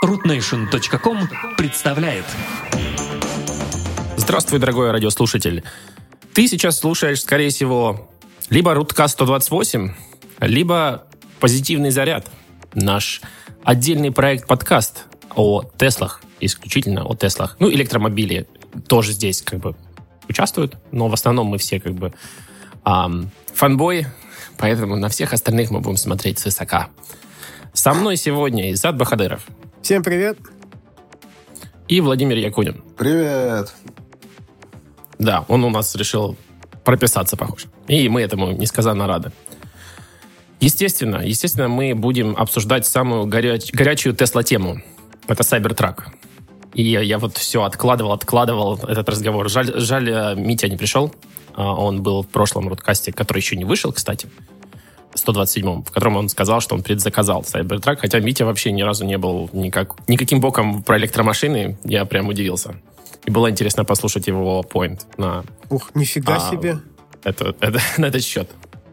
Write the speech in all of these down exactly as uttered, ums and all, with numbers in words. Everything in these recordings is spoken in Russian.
рут нейшн точка ком представляет. Здравствуй, дорогой радиослушатель. Ты сейчас слушаешь, скорее всего, либо Руткаст сто двадцать восемь, либо «Позитивный заряд», наш отдельный проект-подкаст о Теслах, исключительно о Теслах. Ну, электромобили тоже здесь как бы участвуют, но в основном мы все как бы эм, фанбои, поэтому на всех остальных мы будем смотреть свысока. Со мной сегодня Изат Бахадыров. Всем привет. И Владимир Якунин. Привет. Да, он у нас решил прописаться, похоже. И мы этому несказанно рады. Естественно, естественно, мы будем обсуждать самую горяч- горячую Тесла-тему. Это Cybertruck. И я, я вот все откладывал, откладывал этот разговор. Жаль, жаль, Митя не пришел. Он был в прошлом Руткасте, который еще не вышел, кстати, сто двадцать седьмом, в котором он сказал, что он предзаказал Cybertruck, хотя Митя вообще ни разу не был никак, никаким боком про электромашины. Я прям удивился. И было интересно послушать его point на... Ух, нифига а, себе. Это, это, на этот счет.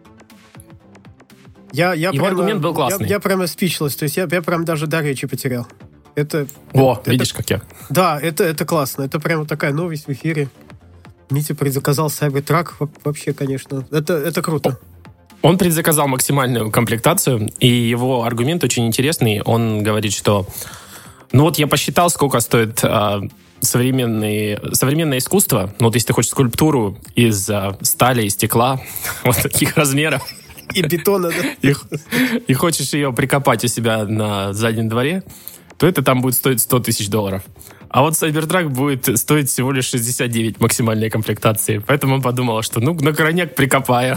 Я, я Его прямо, аргумент был классный. Я, я прямо speechless, то есть я, я прям даже дар речи потерял. Это, О, это, видишь, это, как я. Да, это, это классно. Это прямо такая новость в эфире. Митя предзаказал Cybertruck. Вообще, конечно, это, это круто. Он предзаказал максимальную комплектацию, и его аргумент очень интересный. Он говорит, что ну вот я посчитал, сколько стоит а, современный, современное искусство. Ну вот если ты хочешь скульптуру из а, стали и стекла вот таких размеров, и бетона, да? И, и хочешь ее прикопать у себя на заднем дворе, то это там будет стоить сто тысяч долларов. А вот Cybertruck будет стоить всего лишь шестьдесят девять максимальной комплектации. Поэтому он подумал, что ну на крайняк прикопаю.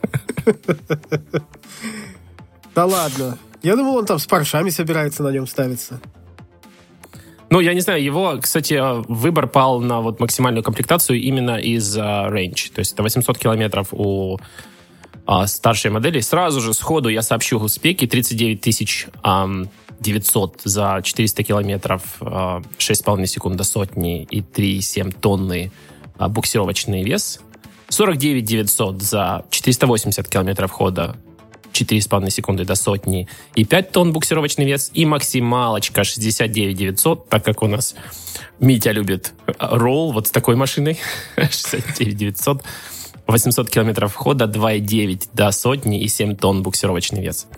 Да ладно. Я думал, он там с паршами собирается на нем ставиться. Ну, я не знаю, его, кстати, выбор пал на вот максимальную комплектацию именно из uh, range. То есть это восемьсот километров у uh, старшей модели. Сразу же сходу я сообщу спеки. тридцать девять тысяч девятьсот за четыреста километров, uh, шесть с половиной секунд до сотни и три целых семь тонны uh, буксировочный вес. сорок девять тысяч девятьсот за четыреста восемьдесят километров хода, четыре с половиной секунды до сотни и пять тонн буксировочный вес. И максималочка шестьдесят девять тысяч девятьсот, так как у нас Митя любит ролл вот с такой машиной. шестьдесят девять тысяч девятьсот, восемьсот километров хода, два целых девять до сотни и семь тонн буксировочный вес.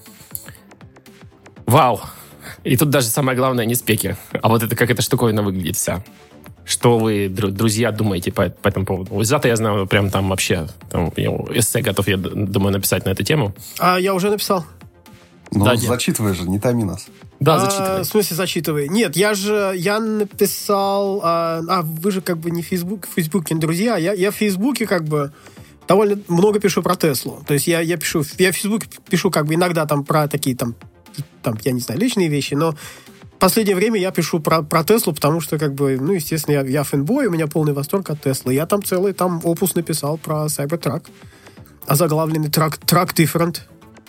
Вау! И тут даже самое главное не спеки, а вот это как эта штуковина выглядит вся. Что вы, друзья, думаете по, по этому поводу? У Изата, я знаю, прям там вообще там, эссе готов, я думаю, написать на эту тему. А я уже написал. Ну, да, зачитывай же, не томи нас. Да, а, зачитывай. В смысле, зачитывай? Нет, я же, я написал... А, а вы же как бы не в Facebook, в Фейсбуке, друзья. Я, я в Фейсбуке как бы довольно много пишу про Теслу. То есть я, я пишу... Я в Фейсбуке пишу как бы иногда там про такие там, там, я не знаю, личные вещи, но в последнее время я пишу про, про Теслу, потому что, как бы, ну, естественно, я, я фэнбой, у меня полный восторг от Теслы. Я там целый там опус написал про Cybertruck. Озаглавленный Truck, Truck Different.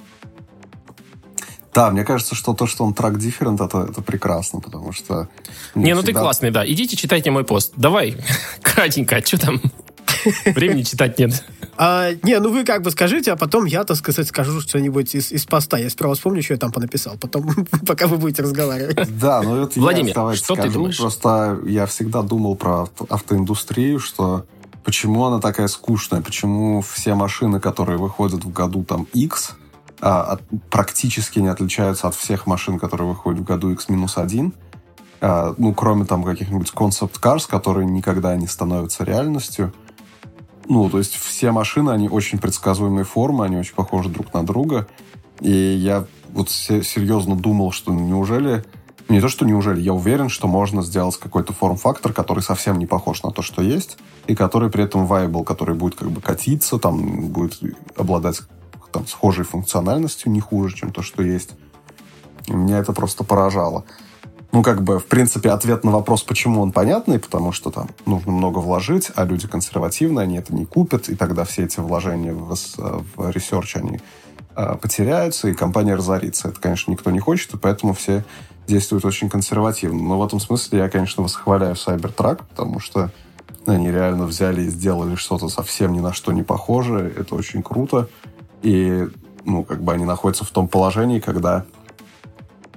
Да, мне кажется, что то, что он Truck Different, это, это прекрасно, потому что... Не, ну всегда... ты классный, да. Идите, читайте мой пост. Давай, кратенько, а что там? Времени читать нет. А, не, ну вы как бы скажите, а потом я, так сказать, скажу что-нибудь из, из поста. Я сперва вспомню, что я там понаписал, потом, пока вы будете разговаривать. Да, ну это Владимир, я что скажу. ты думаешь? Просто я всегда думал про авто, автоиндустрию, что почему она такая скучная, почему все машины, которые выходят в году там X, а, от, практически не отличаются от всех машин, которые выходят в году X минус один. А, ну, кроме там каких-нибудь concept cars, которые никогда не становятся реальностью. Ну, то есть все машины, они очень предсказуемые формы, они очень похожи друг на друга. И я вот серьезно думал, что неужели... Не то, что неужели, я уверен, что можно сделать какой-то форм-фактор, который совсем не похож на то, что есть, и который при этом viable, который будет как бы катиться, там, будет обладать там, схожей функциональностью, не хуже, чем то, что есть. И меня это просто поражало. Ну, как бы, в принципе, ответ на вопрос, почему он понятный, потому что там нужно много вложить, а люди консервативные, они это не купят, и тогда все эти вложения в, в ресерч, они э, потеряются, и компания разорится. Это, конечно, никто не хочет, и поэтому все действуют очень консервативно. Но в этом смысле я, конечно, восхваляю Cybertruck, потому что они реально взяли и сделали что-то совсем ни на что не похожее. Это очень круто. И, ну, как бы они находятся в том положении, когда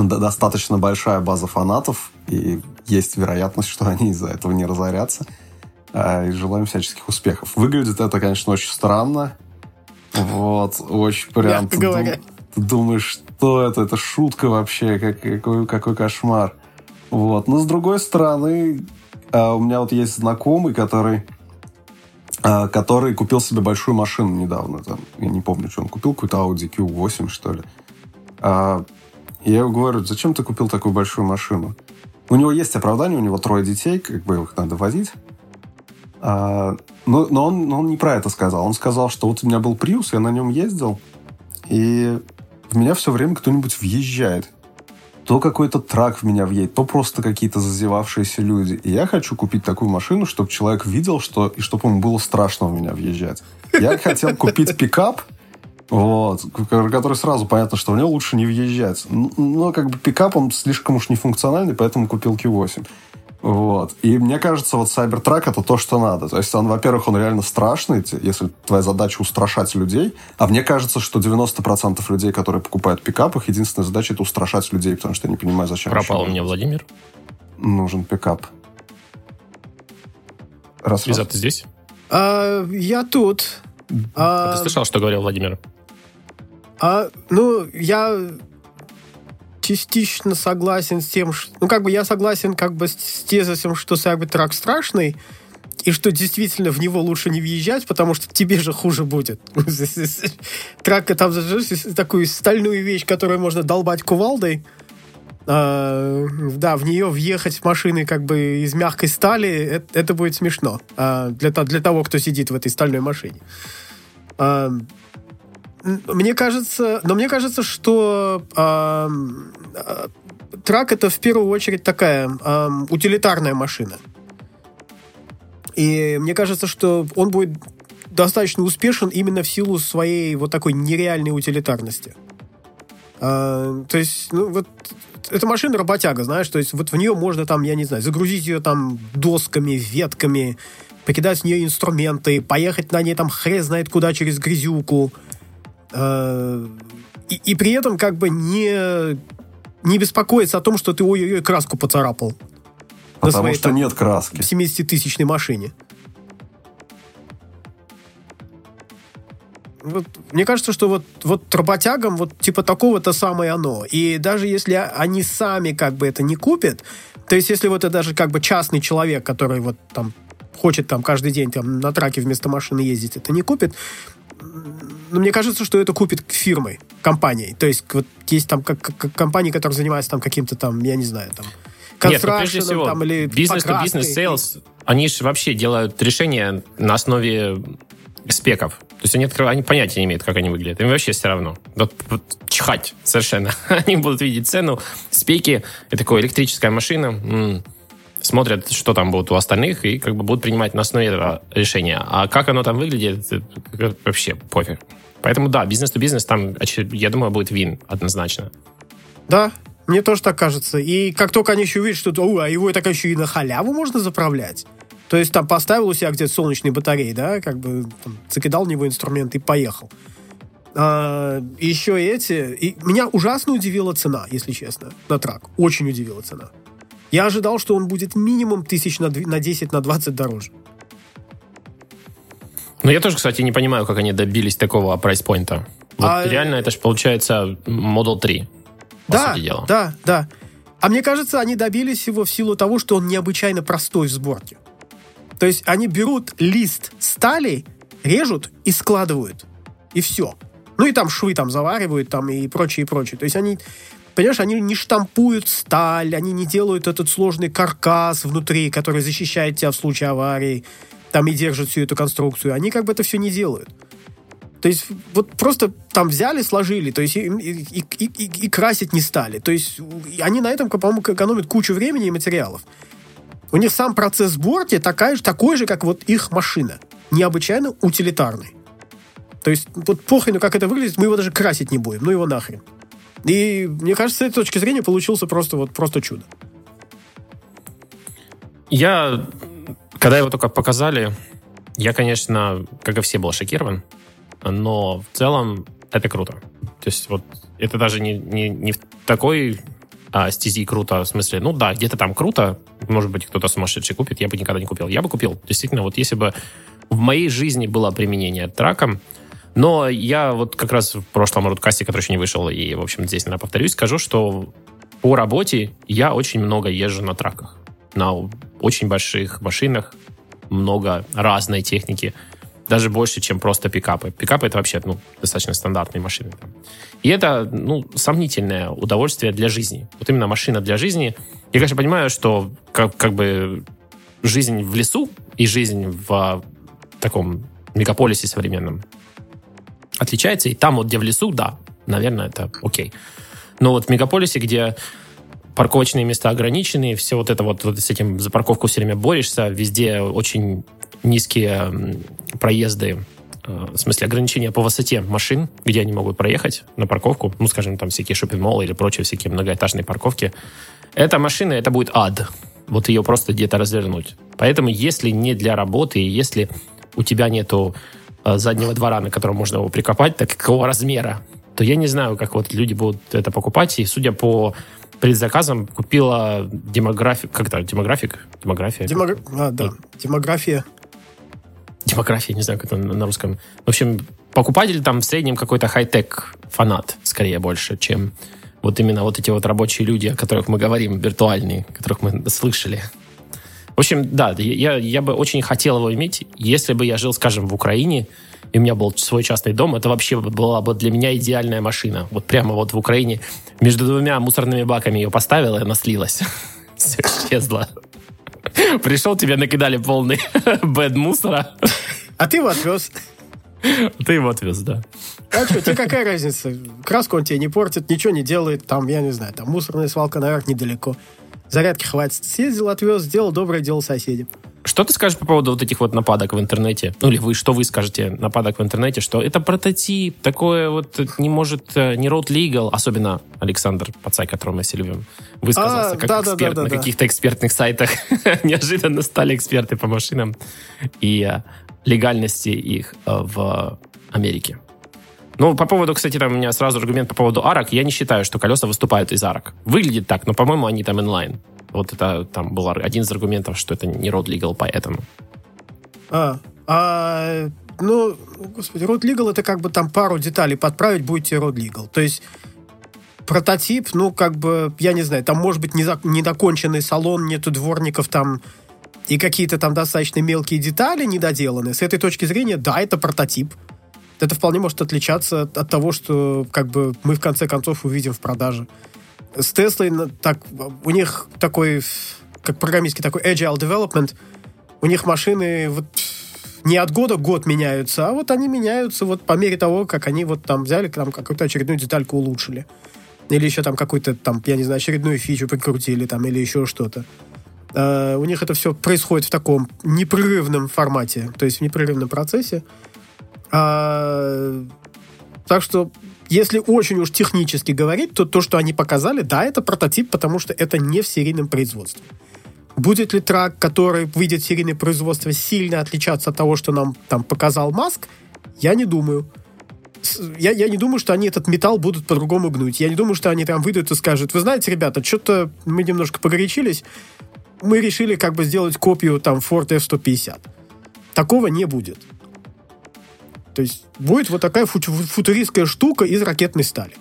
достаточно большая база фанатов, и есть вероятность, что они из-за этого не разорятся. И желаем всяческих успехов. Выглядит это, конечно, очень странно. Вот, очень прям... Ты, дум, ты думаешь, что это? Это шутка вообще, как, какой, какой кошмар. Вот. Но, с другой стороны, у меня вот есть знакомый, который, который купил себе большую машину недавно. Там, я не помню, что он купил, какую-то Audi кью восемь, что ли. И я ему говорю, зачем ты купил такую большую машину? У него есть оправдание, у него трое детей, как бы их надо возить. А, но, но, он, но он не про это сказал. Он сказал, что вот у меня был Prius, я на нем ездил, и в меня все время кто-нибудь въезжает. То какой-то трак в меня въедет, то просто какие-то зазевавшиеся люди. И я хочу купить такую машину, чтобы человек видел, что, и чтобы ему было страшно в меня въезжать. Я хотел купить пикап, вот, который сразу понятно, что в него лучше не въезжать. Но как бы пикап, он слишком уж нефункциональный, поэтому купил кью восемь. Вот. И мне кажется, вот Cybertruck это то, что надо. То есть он, во-первых, он реально страшный, если твоя задача устрашать людей. А мне кажется, что девяносто процентов людей, которые покупают пикап, их единственная задача это устрашать людей, потому что я не понимаю, зачем. Пропал у меня Владимир. Нужен пикап. Раз, Лиза, ты здесь? А, я тут. А, а ты слышал, что говорил Владимир? А, ну, я... частично согласен с тем, что... Ну, как бы я согласен как бы с тезисом, что Cybertruck страшный, и что действительно в него лучше не въезжать, потому что тебе же хуже будет. Трак, там такую стальную вещь, которую можно долбать кувалдой. А, да, в нее въехать машиной как бы из мягкой стали, это, это будет смешно а, для, для того, кто сидит в этой стальной машине. А, Мне кажется, но мне кажется, что э, э, трак это в первую очередь такая э, утилитарная машина. И мне кажется, что он будет достаточно успешен именно в силу своей вот такой нереальной утилитарности. Э, то есть, ну вот эта машина работяга, знаешь, то есть вот в нее можно там, я не знаю, загрузить ее там досками, ветками, покидать в нее инструменты, поехать на ней там хрен знает куда через грязюку. И, и при этом как бы не, не беспокоиться о том, что ты ой-ой-ой краску поцарапал. Потому на своей, что там, нет краски. семидесятитысячной машине. Вот, мне кажется, что вот, вот работягам вот типа такого-то самое оно. И даже если они сами как бы это не купят, то есть если вот это даже как бы частный человек, который вот там хочет там каждый день там на траке вместо машины ездить, это не купит, но мне кажется, что это купит фирмой, компанией. То есть вот есть там как, как компании, которые занимаются там каким-то там, я не знаю, там констракшеном там или бизнес-то-бизнес, сейлс, они же вообще делают решения на основе спеков. То есть они, они понятия не имеют, как они выглядят. Им вообще все равно. Вот, вот, чихать совершенно. Они будут видеть цену, спеки, и такая электрическая машина, м-м, смотрят, что там будет у остальных, и как бы будут принимать на основе этого решения. А как оно там выглядит, вообще пофиг. Поэтому да, бизнес-то-бизнес там, я думаю, будет вин однозначно. Да, мне тоже так кажется. И как только они еще увидят, что а его так еще и на халяву можно заправлять. То есть там поставил у себя где-то солнечные батареи, да, как бы там, закидал в него инструмент и поехал. А, еще эти... И меня ужасно удивила цена, если честно, на трак. Очень удивила цена. Я ожидал, что он будет минимум тысяч на десять, на двадцать дороже. Ну, я тоже, кстати, не понимаю, как они добились такого прайс-поинта. Вот а... реально это же получается Model три, по да, сути дела. Да, да. А мне кажется, они добились его в силу того, что он необычайно простой в сборке. То есть они берут лист стали, режут и складывают. И все. Ну и там швы там заваривают там и прочее, и прочее. То есть они, понимаешь, они не штампуют сталь, они не делают этот сложный каркас внутри, который защищает тебя в случае аварии, там и держит всю эту конструкцию. Они как бы это все не делают. То есть вот просто там взяли, сложили, то есть и, и, и, и, и красить не стали. То есть они на этом, по-моему, экономят кучу времени и материалов. У них сам процесс сборки такой же, такой же, как вот их машина. Необычайно утилитарный. То есть вот похрену, как это выглядит, мы его даже красить не будем. Ну его нахрен. И мне кажется, с этой точки зрения получился просто, вот, просто чудо. Я, когда его только показали, я, конечно, как и все, был шокирован. Но в целом это круто. То есть вот это даже не, не, не в такой а, стези круто, в смысле, ну да, где-то там круто, может быть, кто-то сумасшедший купит, я бы никогда не купил. Я бы купил, действительно, вот если бы в моей жизни было применение траком, но я вот как раз в прошлом рудкасте, который еще не вышел, и, в общем, здесь, наверное, повторюсь, скажу, что по работе я очень много езжу на траках, на очень больших машинах, много разной техники, даже больше, чем просто пикапы. Пикапы — это вообще, ну, достаточно стандартные машины. И это, ну, сомнительное удовольствие для жизни. Вот именно машина для жизни. Я, конечно, понимаю, что как, как бы жизнь в лесу и жизнь в таком мегаполисе современном отличается. И там вот, где в лесу, да, наверное, это окей. Но вот в мегаполисе, где парковочные места ограничены, все вот это вот, вот с этим за парковку все время борешься, везде очень низкие проезды, в смысле ограничения по высоте машин, где они могут проехать на парковку, ну, скажем, там всякие шоппинг-моллы или прочие всякие многоэтажные парковки. Эта машина, это будет ад. Вот ее просто где-то развернуть. Поэтому, если не для работы, если у тебя нету заднего двора, на котором можно его прикопать, так какого размера, то я не знаю, как вот люди будут это покупать. И, судя по предзаказам, купила демографик... Как это? Демографик? Демография? Демогра... А, да. Демография. Демография, не знаю, как это на русском. В общем, покупатель там в среднем какой-то хай-тек фанат, скорее больше, чем вот именно вот эти вот рабочие люди, о которых мы говорим, виртуальные, которых мы слышали. В общем, да, я, я бы очень хотел его иметь, если бы я жил, скажем, в Украине, и у меня был свой частный дом, это вообще была бы для меня идеальная машина. Вот прямо вот в Украине между двумя мусорными баками ее поставил, и она слилась. Все исчезло. Пришел, тебе накидали полный бэд мусора. А ты его отвез. Ты его отвез, да. А что, тебе какая разница? Краску он тебе не портит, ничего не делает. Там, я не знаю, там мусорная свалка наверх недалеко. Зарядки хватит. Съездил, отвез, сделал доброе дело соседям. Что ты скажешь по поводу вот этих вот нападок в интернете? Ну, или вы, что вы скажете, нападок в интернете, что это прототип, такое вот не может, не road legal, особенно Александр Пацай, которого мы все любим, высказался а, как да, эксперт да, да, на да, каких-то экспертных сайтах. Неожиданно стали эксперты по машинам и легальности их в Америке. Ну, по поводу, кстати, там у меня сразу аргумент по поводу арок. Я не считаю, что колеса выступают из арок. Выглядит так, но, по-моему, они там инлайн. Вот это там был один из аргументов, что это не road legal, поэтому. А, а ну, господи, road legal — это как бы там пару деталей подправить, будете road legal. То есть прототип, ну, как бы, я не знаю, там может быть недоконченный салон, нету дворников там, и какие-то там достаточно мелкие детали недоделаны. С этой точки зрения, да, это прототип. Это вполне может отличаться от того, что как бы мы в конце концов увидим в продаже. С Теслой так, у них такой, как программистский такой agile development, у них машины вот не от года к год меняются, а вот они меняются вот по мере того, как они вот там взяли, там какую-то очередную детальку улучшили. Или еще там какую-то там, я не знаю, очередную фичу прикрутили там, или еще что-то. Uh, у них это все происходит в таком непрерывном формате, то есть в непрерывном процессе. Uh, так что, если очень уж технически говорить, то то, что они показали, да, это прототип, потому что это не в серийном производстве. Будет ли трак, который выйдет в серийное производство, сильно отличаться от того, что нам там показал Маск, я не думаю. Я, я не думаю, что они этот металл будут по-другому гнуть. Я не думаю, что они там выйдут и скажут: вы знаете, ребята, что-то мы немножко погорячились, мы решили как бы сделать копию там Ford эф сто пятьдесят. Такого не будет. То есть будет вот такая фу- футуристская штука из ракетной стали.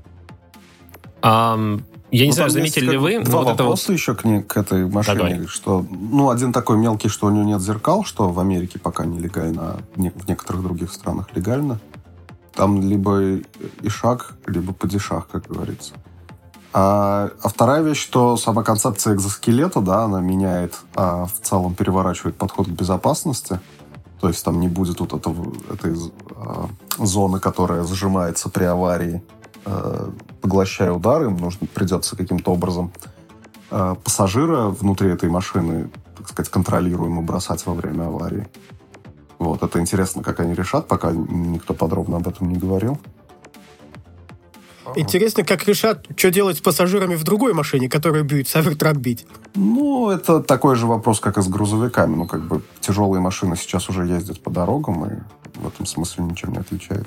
Um, я не ну, знаю, заметили ли вы... Два вот вопроса вот... еще к, ней, к этой машине. Давай. Что, ну, один такой мелкий, что у нее нет зеркал, что в Америке пока нелегально, а в некоторых других странах легально. Там либо ишак, либо падишах, как говорится. А, а вторая вещь, что сама концепция экзоскелета, да, она меняет, а в целом переворачивает подход к безопасности. То есть там не будет вот этого, этой а, зоны, которая сжимается при аварии, а, поглощая удары. Им нужно, придется каким-то образом а, пассажира внутри этой машины, так сказать, контролируемо бросать во время аварии. Вот, это интересно, как они решат, пока никто подробно об этом не говорил. Интересно, как решат, что делать с пассажирами в другой машине, которая будет Cybertruck бить. Ну, это такой же вопрос, как и с грузовиками. Ну, как бы тяжелые машины сейчас уже ездят по дорогам, и в этом смысле ничем не отличается.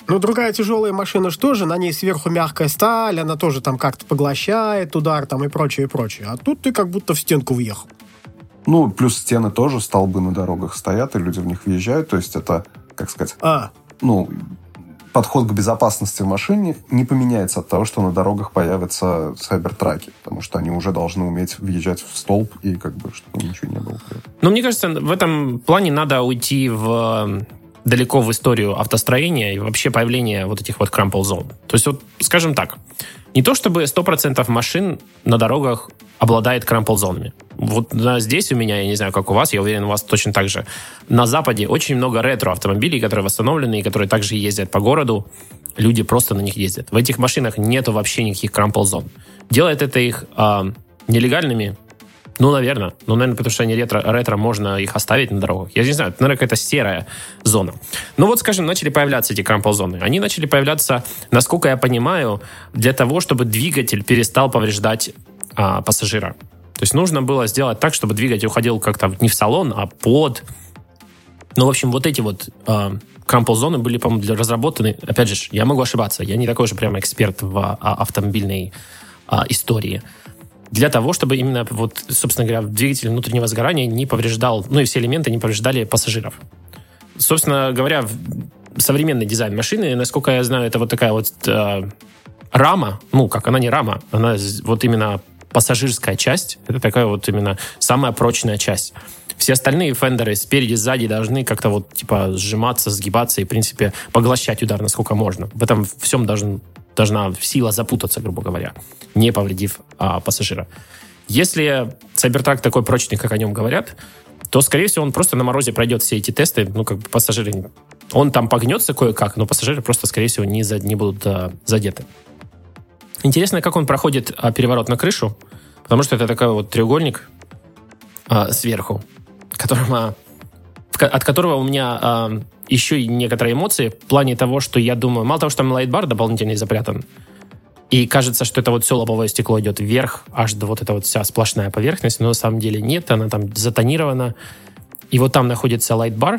Ну, другая тяжелая машина что же, на ней сверху мягкая сталь, она тоже там как-то поглощает удар там и прочее, и прочее. А тут ты как будто в стенку въехал. Ну, плюс стены тоже, столбы на дорогах стоят, и люди в них въезжают. То есть это, как сказать, а. ну, подход к безопасности в машине не поменяется от того, что на дорогах появятся сайбертраки, потому что они уже должны уметь въезжать в столб и как бы, чтобы ничего не было. Ну, мне кажется, в этом плане надо уйти в... далеко в историю автостроения и вообще появления вот этих вот crumple zone. То есть, вот, скажем так, не то чтобы сто процентов машин на дорогах обладает crumple зонами. Вот да, здесь у меня, я не знаю, как у вас, я уверен, у вас точно так же. На Западе очень много ретро-автомобилей, которые восстановлены и которые также ездят по городу. Люди просто на них ездят. В этих машинах нету вообще никаких crumple зон. Делает это их э, нелегальными. Ну, наверное. Ну, наверное, потому что они ретро, ретро, можно их оставить на дорогах. Я не знаю, это, наверное, какая-то серая зона. Ну, вот, скажем, начали появляться эти crumple-зоны. Они начали появляться, насколько я понимаю, для того, чтобы двигатель перестал повреждать а, пассажира. То есть нужно было сделать так, чтобы двигатель уходил как-то не в салон, а под... Ну, в общем, вот эти вот а, crumple-зоны были, по-моему, для разработаны... Опять же, я могу ошибаться. Я не такой же прямо эксперт в а, автомобильной а, истории. Для того, чтобы именно, вот, собственно говоря, двигатель внутреннего сгорания не повреждал, ну и все элементы не повреждали пассажиров. Собственно говоря, современный дизайн машины, насколько я знаю, это вот такая вот э, рама, ну, как она не рама, она вот именно пассажирская часть, это такая вот именно самая прочная часть. Все остальные фендеры спереди, сзади должны как-то вот типа сжиматься, сгибаться и, в принципе, поглощать удар насколько можно. В этом всем должен должна сила запутаться, грубо говоря, не повредив а, пассажира. Если Cybertruck такой прочный, как о нем говорят, то, скорее всего, он просто на морозе пройдет все эти тесты, ну, как бы пассажиры... Он там погнется кое-как, но пассажиры просто, скорее всего, не, за, не будут а, задеты. Интересно, как он проходит а, переворот на крышу, потому что это такой вот треугольник а, сверху, которому, от которого у меня... А, еще и некоторые эмоции в плане того, что я думаю, мало того, что там лайтбар дополнительный запрятан, и кажется, что это вот все лобовое стекло идет вверх, аж до вот эта вот вся сплошная поверхность, но на самом деле нет, она там затонирована. И вот там находится лайтбар,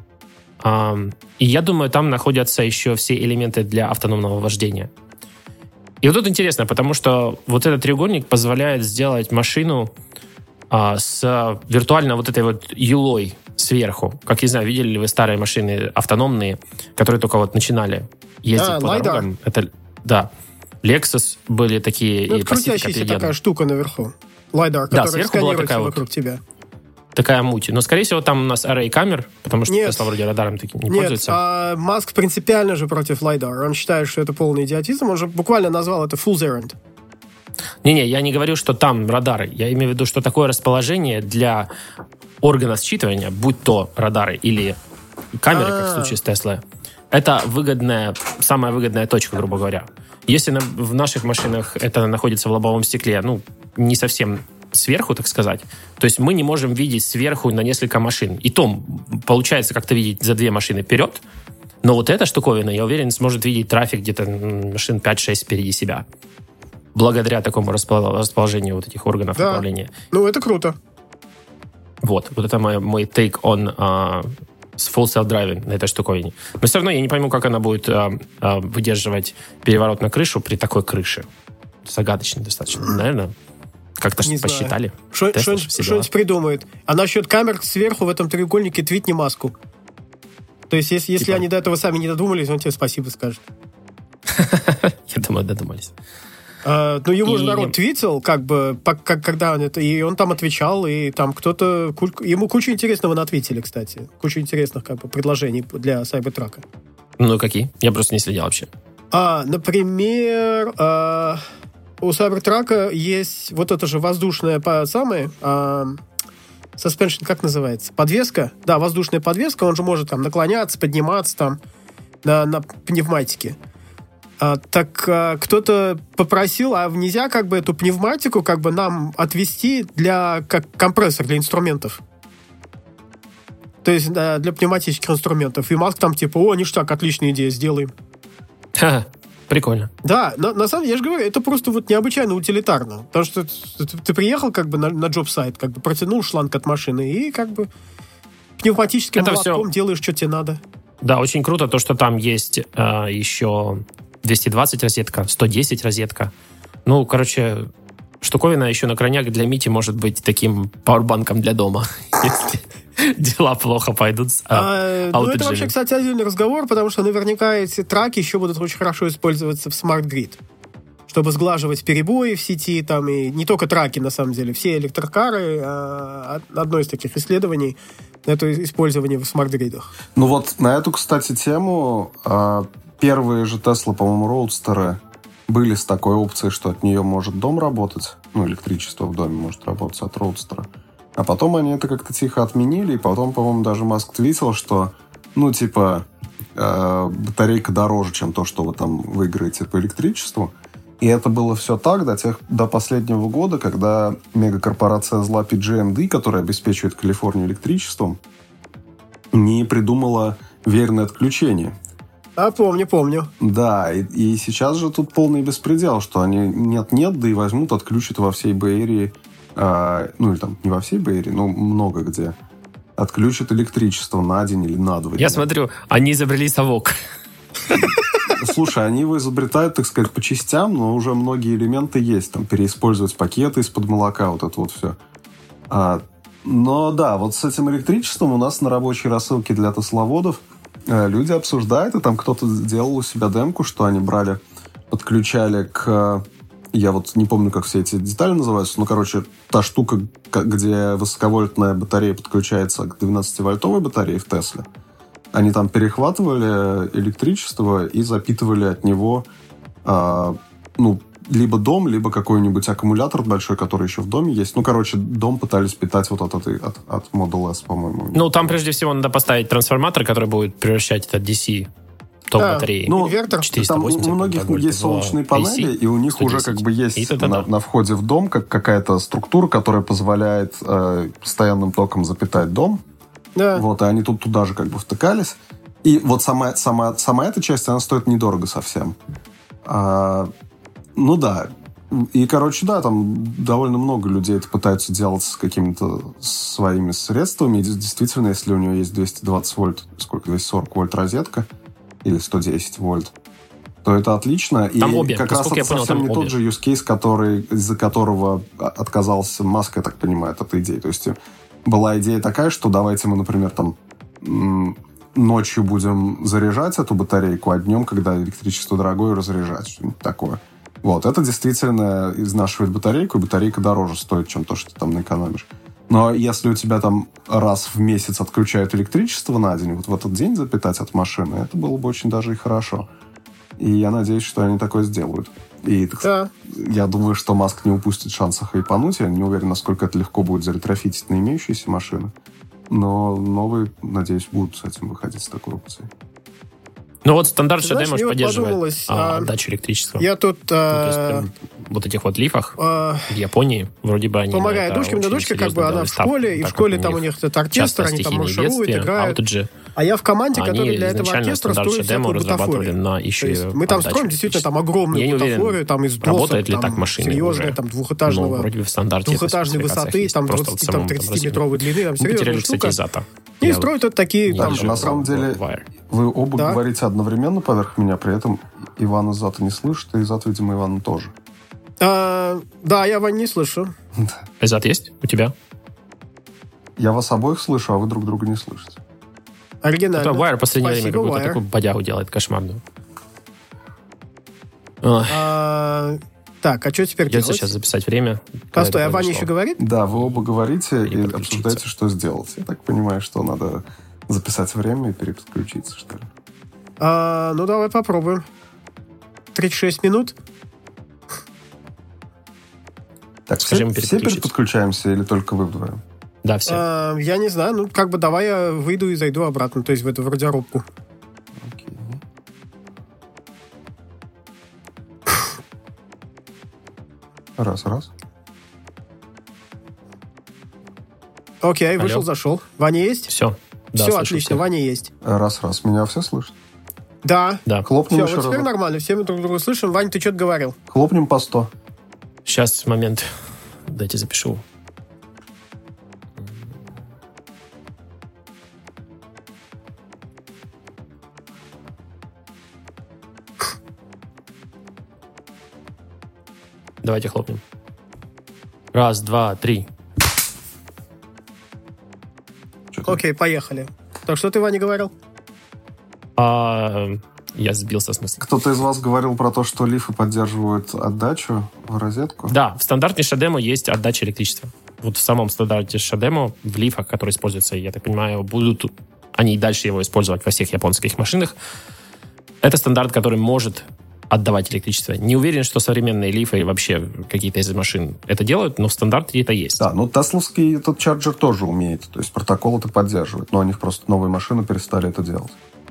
и я думаю, там находятся еще все элементы для автономного вождения. И вот тут интересно, потому что вот этот треугольник позволяет сделать машину а, с виртуально вот этой вот юлой сверху. Как, не знаю, видели ли вы старые машины автономные, которые только вот начинали ездить а, по LiDAR. Дорогам? Это, да. Lexus были такие... Ну, это крутящаяся такая штука наверху. LiDAR, да, которая сканируется вокруг вот тебя. Такая муть. Но, скорее всего, там у нас array камер, потому что Tesla вроде радаром таким не Нет, пользуется. А Маск принципиально же против LiDAR. Он считает, что это полный идиотизм. Он же буквально назвал это fool's errand. Не-не, я не говорю, что там радары. Я имею в виду, что такое расположение для органа считывания, будь то радары или камеры, А-а-а. как в случае с Tesla, это выгодная, самая выгодная точка, грубо говоря. Если на, в наших машинах это находится в лобовом стекле, ну, не совсем сверху, так сказать, то есть мы не можем видеть сверху на несколько машин. И то получается как-то видеть за две машины вперед, но вот эта штуковина, я уверен, сможет видеть трафик где-то машин пять-шесть впереди себя. Благодаря такому расположению вот этих органов да. управления. Ну, это круто. Вот, вот это мой, мой take on uh, с full self-driving на этой штуковине. Но все равно я не пойму, как она будет uh, uh, выдерживать переворот на крышу при такой крыше. Загадочно достаточно. Наверное, как-то не посчитали. Что-нибудь придумает. А насчет камер сверху в этом треугольнике твитни Маску. То есть, если, если типа... они до этого сами не додумались, он тебе спасибо скажет. Я думаю, додумались. Uh, ну, ему и... же народ твитил, как бы, как, когда он это... И он там отвечал, и там кто-то... Ему кучу интересного натвитили, кстати. Кучу интересных, как бы, предложений для Cybertruck. Ну, какие? Я просто не следил вообще. А, например, а, у Cybertruck есть вот это же воздушная самая... А, suspension, как называется? Подвеска? Да, воздушная подвеска. Он же может там наклоняться, подниматься там на, на пневматике. А, так а, кто-то попросил, а нельзя как бы эту пневматику как бы нам отвести для как компрессор для инструментов. То есть да, для пневматических инструментов. И Маск там типа, о, ништяк, отличная идея, сделаем. Ха, прикольно. Да, на, на самом деле, я же говорю, это просто вот необычайно утилитарно. Потому что ты, ты приехал как бы на, на джоб-сайт, как бы протянул шланг от машины и как бы пневматическим это молотком все... делаешь, что тебе надо. Да, очень круто то, что там есть э, еще двести двадцать розетка, сто десять розетка. Ну, короче, штуковина еще на крайняк для Мити может быть таким пауэрбанком для дома, если дела плохо пойдут с а, а, Ну, это вообще, кстати, отдельный разговор, потому что наверняка эти траки еще будут очень хорошо использоваться в Smart Grid, чтобы сглаживать перебои в сети, там, и не только траки, на самом деле, все электрокары, а, одно из таких исследований, это использование в смарт-гридах. Ну вот на эту, кстати, тему первые же Tesla, по-моему, роудстеры были с такой опцией, что от нее может дом работать, ну, электричество в доме может работать от роудстера. А потом они это как-то тихо отменили, и потом, по-моему, даже Маск твитил, что, ну, типа, э, батарейка дороже, чем то, что вы там выиграете по электричеству. И это было все так до, тех, до последнего года, когда мегакорпорация зла пи джи эм ди, которая обеспечивает Калифорнию электричеством, не придумала верное отключение. А, помню, помню. Да, и, и сейчас же тут полный беспредел, что они нет-нет, да и возьмут, отключат во всей Бэй-Эрии, э, ну или там не во всей Бэй-Эрии, но много где, отключат электричество на день или на два дня. Я смотрю, они изобрели совок. Слушай, они его изобретают, так сказать, по частям, но уже многие элементы есть. Там переиспользовать пакеты из-под молока, вот это вот все. А, но да, вот с этим электричеством у нас на рабочей рассылке для тесловодов э, люди обсуждают, и там кто-то делал у себя демку, что они брали, подключали к... Я вот не помню, как все эти детали называются, но, короче, та штука, где высоковольтная батарея подключается к двенадцативольтовой батарее в Тесле. Они там перехватывали электричество и запитывали от него э, ну, либо дом, либо какой-нибудь аккумулятор большой, который еще в доме есть. Ну, короче, дом пытались питать вот от этой, от, от Model S, по-моему. Ну, там прежде всего надо поставить трансформатор, который будет превращать этот ди си ток да, батареи. Ну, четыреста восемьдесят, там у многих есть солнечные панели, и у них уже как бы есть на, на входе в дом как какая-то структура, которая позволяет э, постоянным током запитать дом. Да. Вот, и они тут туда же как бы втыкались. И вот сама, сама, сама эта часть, она стоит недорого совсем. А, ну да. И, короче, да, там довольно много людей это пытаются делать с какими-то своими средствами. И действительно, если у него есть двести двадцать вольт, сколько, двести сорок вольт розетка, или сто десять вольт, то это отлично. Там и обе. как раз это понял, совсем не обе. тот же use case, который, из-за которого отказался Маск, я так понимаю, от этой идеи. То есть была идея такая, что давайте мы, например, там ночью будем заряжать эту батарейку, а днем, когда электричество дорогое, разряжать. Что-нибудь такое. Вот. Это действительно изнашивает батарейку, и батарейка дороже стоит, чем то, что ты там наэкономишь. Но если у тебя там раз в месяц отключают электричество на день, вот в этот день запитать от машины, это было бы очень даже и хорошо. И я надеюсь, что они такое сделают. И так, да. Я думаю, что Маск не упустит шанса хайпануть. Я не уверен, насколько это легко будет заретрофитить на имеющиеся машины. Но новые, надеюсь, будут с этим выходить с такой опцией. Ну вот стандарт Знаешь, ШД может поддерживать а, а, отдачу электричества. Я тут... А, ну, вот этих вот лифах а, в Японии вроде бы они... Помогает дочке, у меня дочка как бы она в школе, и в школе там у них этот оркестр, они там маршируют, играют. Аутеджи. А я в команде, Они которая для этого оркестра строит всякую бутафорию. На еще мы там строим действительно там огромную бутафорию, там из досок, работает ли там, так машины серьезная, уже? там двухэтажного, ну, вроде бы в стандарте двухэтажной высоты, там двадцати-тридцатиметровой длины, там серьезная штука. И Я строят вот такие там... На самом деле, вы оба Да. говорите одновременно поверх меня, при этом Иван из зата не слышит, и Изат, видимо, Ивана тоже. А, да, я Вань не слышу. Изат есть у тебя? Я вас обоих слышу, а вы друг друга не слышите. Оригинально. Это Wire в последнее Спасибо, время какую-то Wire. такую бодягу делает кошмарную. Ой, А, так, а что теперь придется делать? сейчас записать время. Постой, а Ваня еще говорит? Да, вы оба говорите Или и подключиться. обсуждаете, что сделать. Я так понимаю, что надо записать время и переподключиться, что ли. А, ну, давай попробуем. тридцать шесть минут. Так, Скажи, все, мы все переподключиться. переподключаемся или только вы вдвоем? Да, все. А, я не знаю, ну, как бы давай я выйду и зайду обратно, то есть в эту в радиорубку. Окей. Раз, раз. Окей, Алло. вышел, зашел. Ваня есть? Все. Да, Все, слышу отлично, всех. Ваня есть. Раз, раз. Меня все слышат? Да. Да. Хлопнем Все, еще вот теперь раз. нормально, все мы друг друга слышим. Вань, ты что-то говорил. Хлопнем по сто. Сейчас, момент. Дайте запишу. давайте хлопнем. Раз, два, три. Окей, поехали. Так что ты, Ваня, говорил? А, я сбился с мысли. Кто-то из вас говорил про то, что лифы поддерживают отдачу в розетку? Да, в стандарте Шадемо есть отдача электричества. Вот в самом стандарте Шадемо, в лифах, которые используются, я так понимаю, будут они и дальше его использовать во всех японских машинах. Это стандарт, который может отдавать электричество. Не уверен, что современные лифы и вообще какие-то из машин это делают, но в стандарте это есть. Да, ну тесловский этот чарджер тоже умеет, то есть протокол это поддерживает, но у них просто новые машины перестали это делать.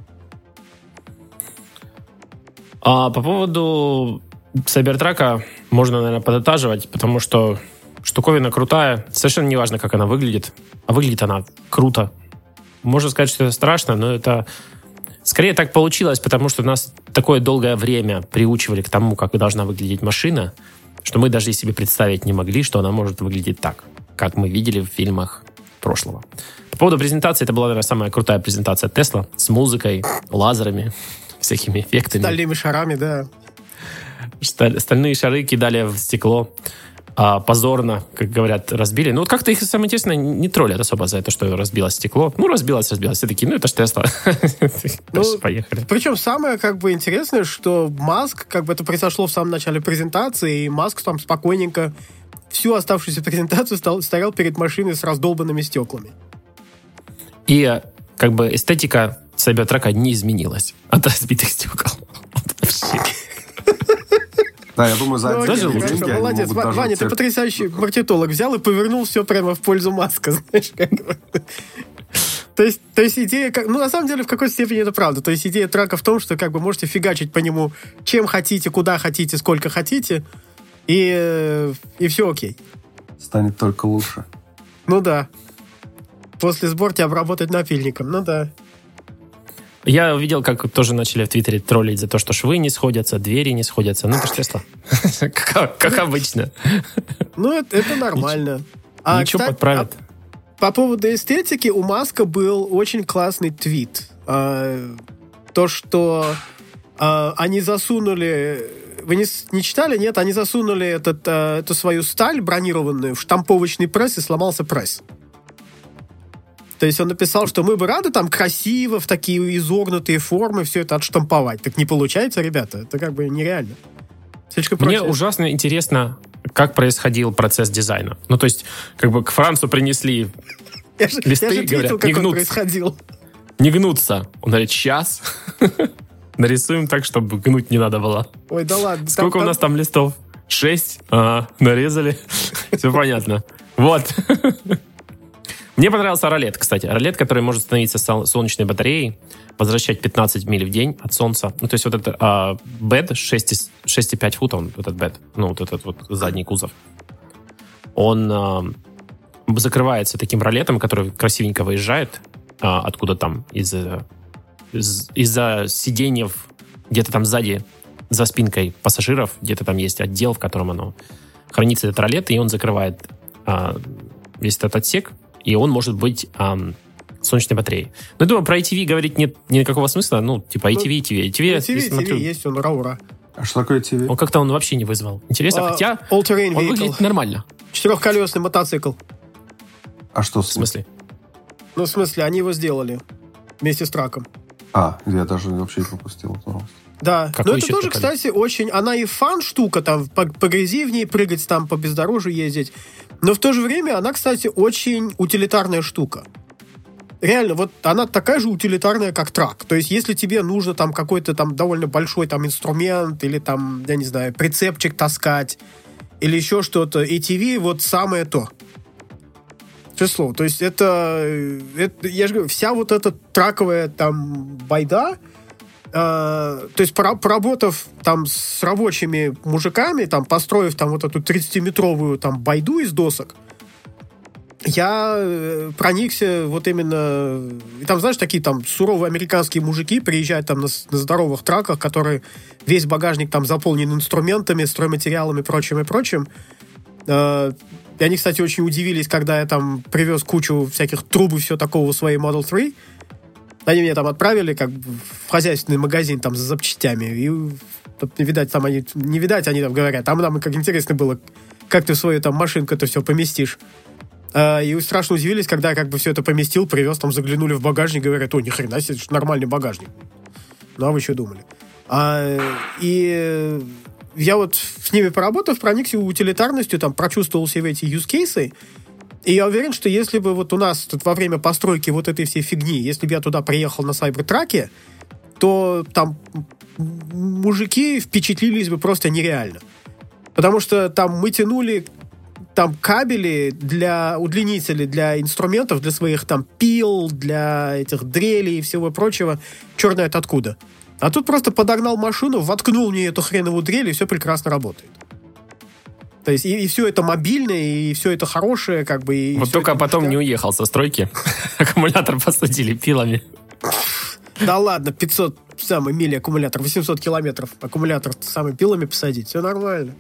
А по поводу Сайбертрака можно, наверное, подытаживать, потому что штуковина крутая, совершенно не важно, как она выглядит, а выглядит она круто. Можно сказать, что это страшно, но это скорее так получилось, потому что нас такое долгое время приучивали к тому, как должна выглядеть машина, что мы даже себе представить не могли, что она может выглядеть так, как мы видели в фильмах прошлого. По поводу презентации, это была, наверное, самая крутая презентация Tesla с музыкой, лазерами, всякими эффектами. Стальными шарами, да. Сталь, стальные шары кидали в стекло. А, позорно, как говорят, разбили. Ну, вот как-то их, самое интересное, не троллят особо за это, что разбилось стекло. Ну, разбилось, разбилось. Все такие, ну, это ж Тесла. Ну, поехали. Причем самое, как бы, интересное, что Маск, как бы это произошло в самом начале презентации, и Маск там спокойненько всю оставшуюся презентацию стал, стоял перед машиной с раздолбанными стеклами. И, как бы, эстетика Сайбертрака не изменилась от разбитых стекол. Да, я думаю, за ну, отдельные окей, деньги хорошо, они молодец. могут даже Ваня, те- ты потрясающий маркетолог. Взял и повернул все прямо в пользу Маска, знаешь, как бы. То есть, то есть идея, как, ну, на самом деле, в какой степени это правда. То есть идея трака в том, что как бы можете фигачить по нему чем хотите, куда хотите, сколько хотите, и, и все окей. станет только лучше. Ну да. После сборки обработать напильником, ну да. Я увидел, как тоже начали в Твиттере троллить за то, что швы не сходятся, двери не сходятся. Ну, это ж Тесла. Как как обычно. Ну, это, это нормально. А, Ничего кстати, подправят. а по поводу эстетики у Маска был очень классный твит. А, то, что а, они засунули... Вы не, не читали? Нет, они засунули этот, а, эту свою сталь бронированную в штамповочный пресс, и сломался пресс. То есть он написал, что мы бы рады там красиво, в такие изогнутые формы все это отштамповать. Так не получается, ребята. Это как бы нереально. Слишком Мне проще. ужасно интересно, как происходил процесс дизайна. Ну, то есть, как бы к Францу принесли Я же, листы, я же ответил, говорят, как не он гнутся. происходил. не гнуться. Он говорит, сейчас нарисуем так, чтобы гнуть не надо было. Ой, да ладно. Сколько там, у нас там листов? Шесть? Ага, нарезали. Все понятно. Вот. Мне понравился ролет, кстати. Ролет, который может становиться сол- солнечной батареей, возвращать пятнадцать миль в день от солнца. Ну, то есть вот это а, бэд, шесть и пять фута, он, этот бэд, ну, вот этот вот задний кузов, он а, закрывается таким ролетом, который красивенько выезжает а, откуда там, из, из, из-за сиденьев где-то там сзади, за спинкой пассажиров, где-то там есть отдел, в котором оно хранится, этот ролет, и он закрывает а, весь этот отсек, и он может быть ам, солнечной батареей. Но я думаю, про эй ти ви говорить нет никакого смысла. Ну, типа эй ти ви, эй ти ви. эй ти ви, эй я ти ви, смотрю, эй ти ви есть, он ура-ура. А что такое ти ви? он как-то он вообще не вызвал. Интересно, А, хотя all-terrain он vehicle. выглядит нормально. Четырехколесный мотоцикл. А что В смысле? Ну, в смысле, они его сделали вместе с траком. А, я даже вообще не пропустил эту новость. Да, Какой но это еще тоже, прикольный? кстати, очень... Она и фан-штука, там, по, по грязи в ней прыгать, там, по бездорожью ездить. Но в то же время она, кстати, очень утилитарная штука. Реально, вот она такая же утилитарная, как трак. То есть, если тебе нужно там какой-то там довольно большой там инструмент или там, я не знаю, прицепчик таскать или еще что-то, эй ти ви вот самое то. Число. То есть, это, это я же говорю, вся вот эта траковая там байда, э, то есть, пора- поработав там с рабочими мужиками, там, построив там вот эту тридцатиметровую там байду из досок, я э, проникся вот именно... И там, знаешь, такие там суровые американские мужики приезжают там на, с- на здоровых траках, которые весь багажник там заполнен инструментами, стройматериалами, прочим и прочим. Э, и они, кстати, очень удивились, когда я там привез кучу всяких труб и все такого в своей Model три. Они меня там отправили как бы в хозяйственный магазин там за запчастями. И Тут не видать, там они, не видать, они там говорят. Там нам как интересно было, как ты в свою там машинку это все поместишь. И страшно удивились, когда как бы все это поместил, привез, там заглянули в багажник, говорят, о, ни хрена себе, это нормальный багажник. Ну, а вы что думали? А, и я вот с ними поработав, проникся утилитарностью, там, прочувствовал себе эти use-кейсы, и я уверен, что если бы вот у нас тут во время постройки вот этой всей фигни, если бы я туда приехал на Cybertruck'е, то там мужики впечатлились бы просто нереально. Потому что там мы тянули там кабели для удлинителей, для инструментов, для своих там пил, для этих дрелей и всего прочего. Черт знает откуда. А тут просто подогнал машину, воткнул мне эту хреновую дрель, и все прекрасно работает. То есть и, и все это мобильное, и все это хорошее, как бы. И вот только потом не уехал со стройки. Аккумулятор посадили пилами. Да ладно, пятьсот самый мили аккумулятор, восемьсот километров аккумулятор самыми пилами посадить, все нормально.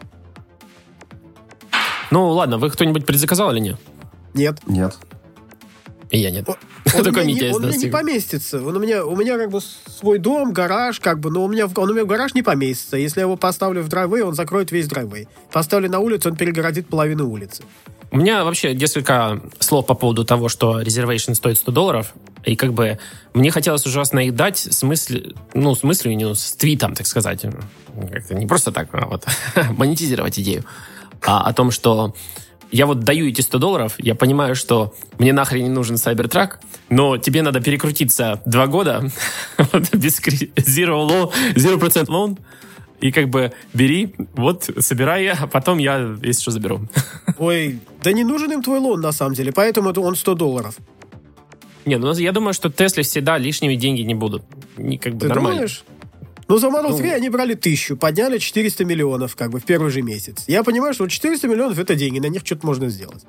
Ну, ладно, вы кто-нибудь предзаказал или нет? Нет. Нет. И я нет. Он, он, Только не, Митя он у меня не поместится. Он у меня, у меня как бы свой дом, гараж, как бы, но у меня, он у меня в гараж не поместится. Если я его поставлю в драйвей, он закроет весь драйвей. Поставлю на улицу, он перегородит половину улицы. У меня вообще несколько слов по поводу того, что reservation стоит сто долларов. И как бы мне хотелось ужасно их дать с мыслью, ну, с мыслью, ну, с твитом, так сказать. Как-то не просто так, а вот монетизировать идею. А о том, что я вот даю эти сто долларов, я понимаю, что мне нахрен не нужен Cybertruck, но тебе надо перекрутиться два года без zero loan, zero percent loan, и как бы бери, вот, собирай, а потом я, если что, заберу. Ой, да не нужен им твой лон, на самом деле, поэтому он сто долларов. Нет, ну я думаю, что Тесле всегда лишними деньги не будут. Не, как бы Ты нормально. думаешь? Ну, за Model три Ну, они брали тысячу, подняли четыреста миллионов, как бы, в первый же месяц. Я понимаю, что четыреста миллионов — это деньги, на них что-то можно сделать.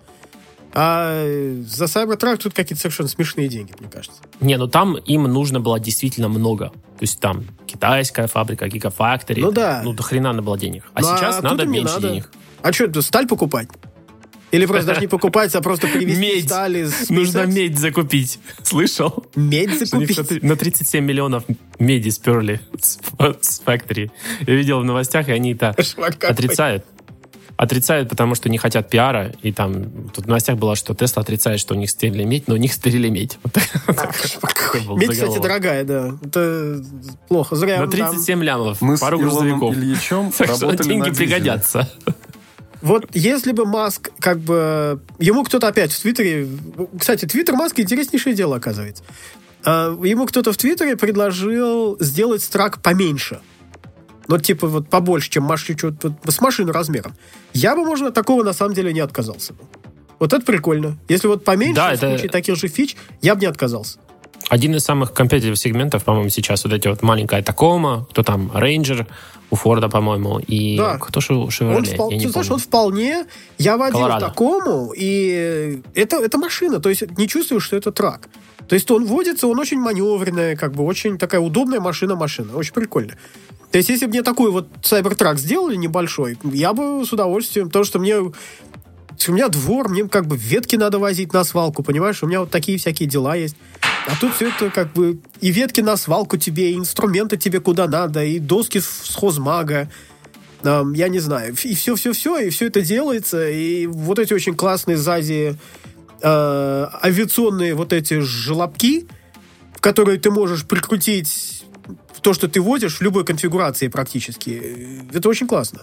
А за Cybertruck тут какие-то совершенно смешные деньги, мне кажется. Не, ну там им нужно было действительно много. То есть там китайская фабрика, Gigafactory. Ну да. Ну, до хрена надо было денег. А Ну, сейчас а надо тут им не меньше надо. денег. А что, сталь покупать? Или просто даже не покупать, а просто привезти Медь. сталь из Нужно SpaceX? медь закупить. Слышал? Медь Что у них закупить? на тридцать семь миллионов меди сперли с, с фактори. Я видел в новостях, и они это Кошмар какой. отрицают. Отрицают, потому что не хотят пиара. И там тут в новостях было, что Тесла отрицает, что у них стерили медь, но у них стерили медь. Вот такой был Медь, кстати, заголовок. дорогая, да. Это плохо. Зря На он тридцать там- семь лямов. Мы с Пару Илоном грузовиков. Ильичем Так что работали деньги на дизеле. пригодятся. Вот если бы Маск, как бы... Ему кто-то опять в Твиттере... Кстати, Твиттер Маска интереснейшее дело, оказывается. А, Ему кто-то в Твиттере предложил сделать страк поменьше. Ну, типа, вот побольше, чем машину, вот, с машину размером. Я бы, можно, такого на самом деле не отказался бы. Вот это прикольно. Если вот поменьше, Да, в это- случае таких же фич, я бы не отказался. Один из самых компетитив сегментов, по-моему, сейчас вот эти вот маленькая Такома, кто там, Рейнджер у Форда, по-моему, и Да. кто же у Он, Шевроле, впол- я не ты знаешь, помню. он вполне... Я водил Колорадо. Такому, и это, это машина, то есть не чувствуешь, что это трак. То есть он водится, он очень маневренная, как бы очень такая удобная машина-машина, очень прикольно. То есть если бы мне такой вот Cybertruck сделали небольшой, я бы с удовольствием, потому что мне... У меня двор, мне как бы ветки надо возить на свалку, понимаешь? У меня вот такие всякие дела есть. А тут все это как бы и ветки на свалку тебе, и инструменты тебе куда надо, и доски с хозмага. Эм, я не знаю. И все-все-все, и все это делается. И вот эти очень классные сзади э, авиационные вот эти желобки, в которые ты можешь прикрутить то, что ты водишь в любой конфигурации практически. Это очень классно.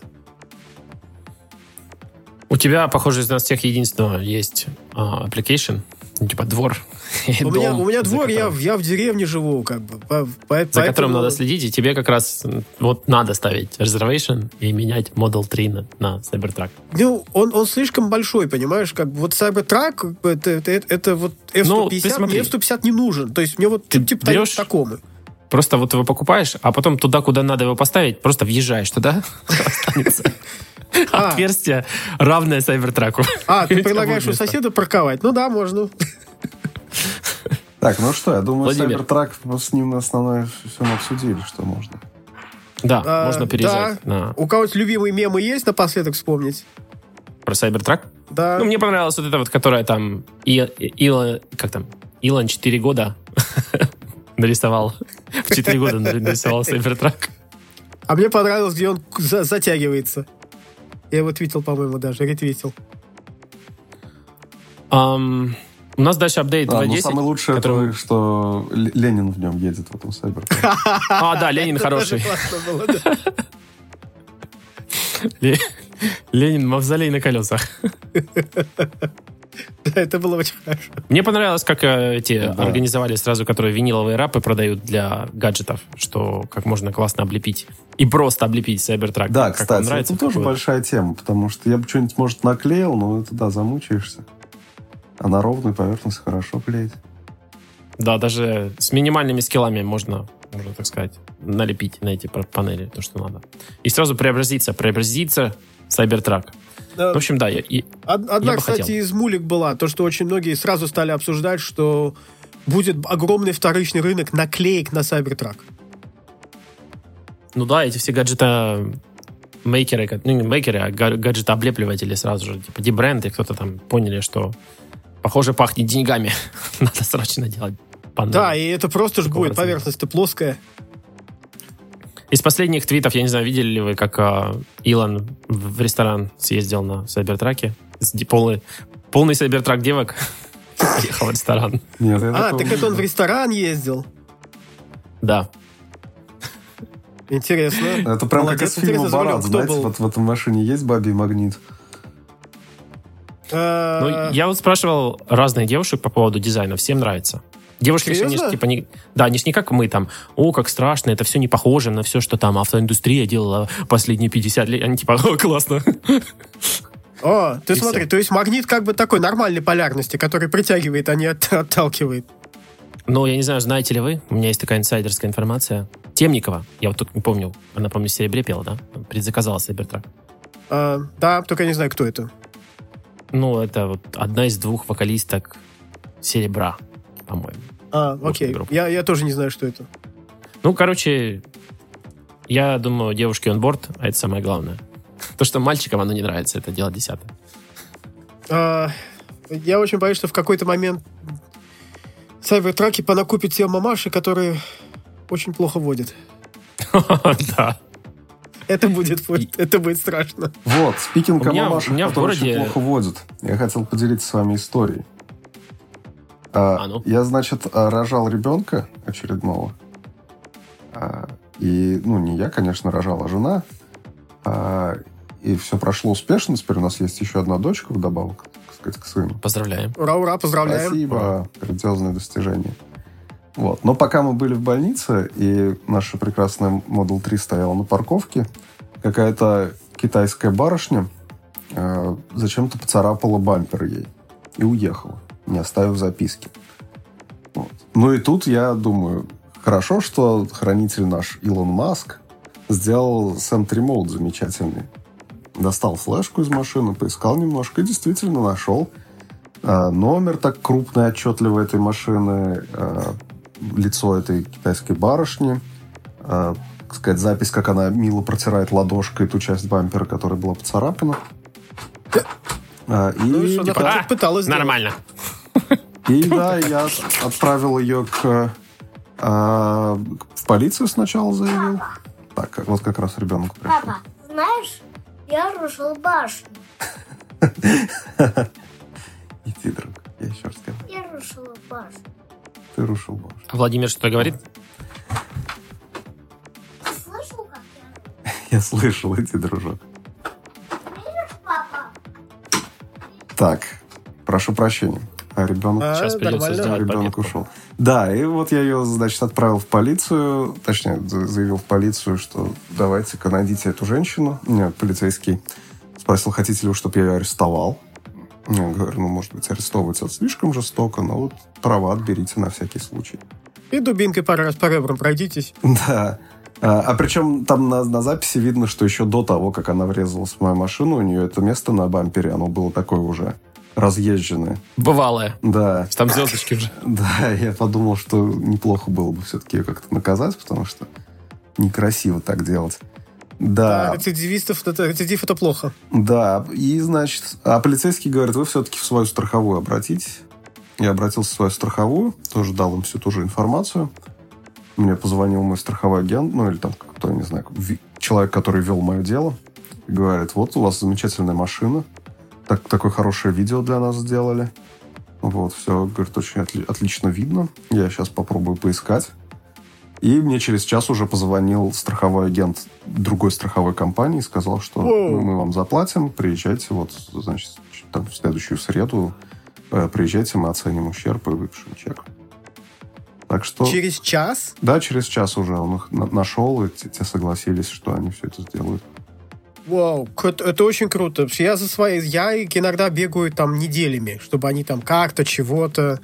У тебя, похоже, из нас всех единственного есть а, application, ну, типа двор. и У меня, дом, у меня за двор, я, которым- в- я в деревне живу, как бы. По- по- За которым поэтому- надо следить, и тебе как раз м, вот надо ставить reservation и менять Model три на, на Cybertruck. Ну, он, он слишком большой, понимаешь? Как бы вот Cybertruck, как бы, это, это, это, это вот эф сто пятьдесят, ты смотри. мне эф сто пятьдесят не нужен. То есть мне вот Ты типа берешь- такому. Просто вот его покупаешь, а потом туда, куда надо его поставить, просто въезжаешь туда, останется А. отверстие, равное Cybertruck'у. А, ты И у тебя предлагаешь будет у место. соседа парковать? Ну да, можно. Так, ну что, я думаю, Владимир. Cybertruck, с ним основное все мы обсудили, что можно. Да, А, можно переезжать да. на У кого-то любимые мемы есть напоследок вспомнить? про Cybertruck. Да. Ну, мне понравилась вот эта вот, которая там И- Илон, как там, Илон четыре года нарисовал. В четыре года нарисовал Cybertruck. А мне понравилось, где он за- затягивается. Я его твитил, по-моему, даже, ретвитил. Um, у нас дальше апдейт А, два ну, десять. самое лучшее, который... это, что Л- Ленин в нем едет в этом Сайбер. А, да, Ленин хороший. Ленин мавзолей на колесах. Да, это было очень хорошо. Мне понравилось, как э, эти Да. организовали сразу, которые виниловые рапы продают для гаджетов, что как можно классно облепить. И просто облепить Cybertruck. Да, Как вам кстати, нравится это тоже такое? большая тема, потому что я бы что-нибудь, может, наклеил, но это, да, замучаешься. А на ровную поверхность хорошо клеить. Да, даже с минимальными скиллами можно, можно, так сказать, налепить на эти пар- панели то, что надо. И сразу преобразиться, преобразиться Cybertruck. Да. В общем, да, я, и- Од- Одна, я бы кстати, хотел. из мулик была, то, что очень многие сразу стали обсуждать, что будет огромный вторичный рынок наклеек на Cybertruck. ну да, эти все гаджеты мейкеры, ка- ну не мейкеры, а га- гаджетооблепливатели сразу же, типа дебренд, и кто-то там поняли, что похоже пахнет деньгами. Надо срочно делать панели. Да, и это просто же Такого будет размера. поверхность-то плоская. Из последних твитов, я не знаю, видели ли вы, как а, Илон в в ресторан съездил на Сайбертраке? С ди- Полный, полный Сайбертрак девок ехал в ресторан. Нет, я А, такого так не это он в видел. ресторан ездил. Да. Интересно. Это прям как Молодец. из фильма Интересно, за рулем «Барат», кто знаете, был? вот в этом машине есть бабий магнит. Э, Ну, я вот спрашивал разных девушек по поводу дизайна. Всем нравится. Девушки, Серьезно? они ж, типа, не, да, они ж не как мы там, о, как страшно, это все не похоже на все, что там автоиндустрия делала последние пятьдесят лет. Они типа, о, классно. О, ты И смотри, всё. то есть магнит как бы такой нормальной полярности, который притягивает, а не от- отталкивает. Ну, я не знаю, знаете ли вы, у меня есть такая инсайдерская информация. Темникова, я вот тут не помню, она, помню, в серебре пела, да? Предзаказала Сайбертрак. А, да, только я не знаю, кто это. Ну, это вот одна из двух вокалисток серебра, по-моему. А, окей. группа. Я, я тоже не знаю, что это. Ну, короче, я думаю, девушки он борт, а это самое главное. То, что мальчикам оно не нравится, это дело десятое. А, я очень боюсь, что в какой-то момент Сайбертраки понакупит те мамаши, которые очень плохо водят. Да. Это будет, это будет страшно. Вот, спикинг У о меня- мамашах, у меня в которые очень городе- плохо водят. Я хотел поделиться с вами историей. А, А ну. Я, значит, а, рожал ребенка очередного. А, И, ну, не я, конечно, рожал, а жена. А, И все прошло успешно. Теперь у нас есть еще одна дочка вдобавок, так сказать, к сыну. Поздравляем. Ура, ура, поздравляем. Спасибо. Грандиозное достижение. Вот. Но пока мы были в больнице, и наша прекрасная Model три стояла на парковке, какая-то китайская барышня э, зачем-то поцарапала бампер ей и уехала, не оставив записки. Вот. Ну и тут я думаю, хорошо, что хранитель наш Илон Маск сделал Sentry Mode замечательный. Достал флешку из машины, поискал немножко и действительно нашел э, номер так крупный, отчетливый этой машины, э, лицо этой китайской барышни, э, так сказать, запись, как она мило протирает ладошкой ту часть бампера, которая была поцарапана. Э, и, Ну и что, она да, хоть пыталась сделать. Нормально. и да, я отправил ее к, э, в полицию сначала заявил. Так, вот как раз ребенок пришел. Папа, знаешь, я рушил башню. Иди, друг, я еще раз скажу. Я рушил башню. Ты рушил башню. А Владимир что говорит? Ты слышал, как я рушил? Я слышал, иди, дружок. Видишь, папа? Так, прошу прощения. А ребенок, А, Сейчас придется нормально. сделать ребенок пометку. ушел. Да, и вот я ее, значит, отправил в полицию, точнее, за- заявил в полицию, что давайте-ка найдите эту женщину. Нет, полицейский спросил, хотите ли вы, чтобы я ее арестовал. Я говорю, ну, может быть, арестовывать это слишком жестоко, но вот права отберите на всякий случай. И дубинкой пару раз по ребрам пройдитесь. Да. А, а причем там на, на записи видно, что еще до того, как она врезалась в мою машину, у нее это место на бампере, оно было такое уже разъезженное. Бывалое. Да. Там звездочки уже. Да, я подумал, что неплохо было бы все-таки ее как-то наказать, потому что некрасиво так делать. Да, Да, рецидивистов, это, рецидив это плохо. да. И, значит, а полицейский говорит, вы все-таки в свою страховую обратитесь. Я обратился в свою страховую, тоже дал им всю ту же информацию. Мне позвонил мой страховой агент, ну или там кто, я не знаю, человек, который вел мое дело, и говорит, вот у вас замечательная машина, так, такое хорошее видео для нас сделали. Вот, все, говорит, очень отли- отлично видно. Я сейчас попробую поискать. И мне через час уже позвонил страховой агент другой страховой компании и сказал, что мы, мы вам заплатим, приезжайте, вот, значит, там, в следующую среду э, приезжайте, мы оценим ущерб и выпишем чек. Так что... Через час? Да, через час уже он их на- нашел, и те, те согласились, что они все это сделают. Вау, это, это очень круто. Я за свои, я иногда бегаю там неделями, чтобы они там как-то, чего-то.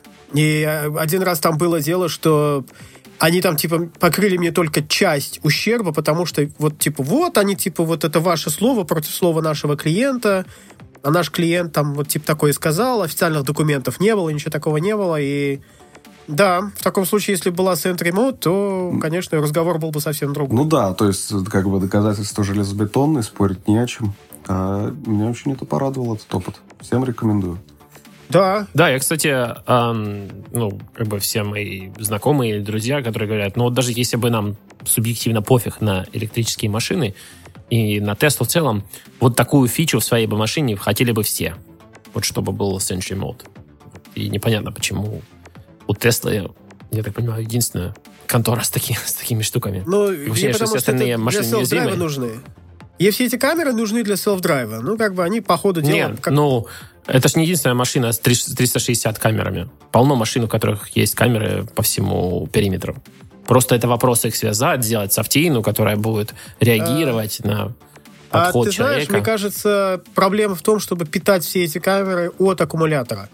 И один раз там было дело, что они там, типа, покрыли мне только часть ущерба, потому что вот, типа, вот они, типа, вот это ваше слово против слова нашего клиента, а наш клиент там вот, типа, такое сказал, официальных документов не было, ничего такого не было, и да, в таком случае, если была Sentry Mode, то, конечно, разговор был бы совсем другой. Ну да, то есть, как бы, доказательства железобетонные, спорить не о чем. А меня очень это порадовал, этот опыт. Всем рекомендую. Да. Да, я, кстати, эм, ну, как бы все мои знакомые, друзья, которые говорят, ну, вот даже если бы нам субъективно пофиг на электрические машины и на Теслу в целом, вот такую фичу в своей бы машине хотели бы все. Вот чтобы был Sentry Mode. И непонятно, почему у Теслы, я так понимаю, единственная контора с, таки, с такими штуками. Ну, и вообще, что все остальные машины для селф-драйва нужны. И все эти камеры нужны для селф-драйва. Ну, как бы они по ходу дела... Нет, как... ну, это же не единственная машина с триста шестьдесят камерами. Полно машин, у которых есть камеры по всему периметру. Просто это вопрос их связать, сделать софтину, которая будет реагировать а... на подход а ты человека. знаешь, мне кажется, проблема в том, чтобы питать все эти камеры от аккумулятора.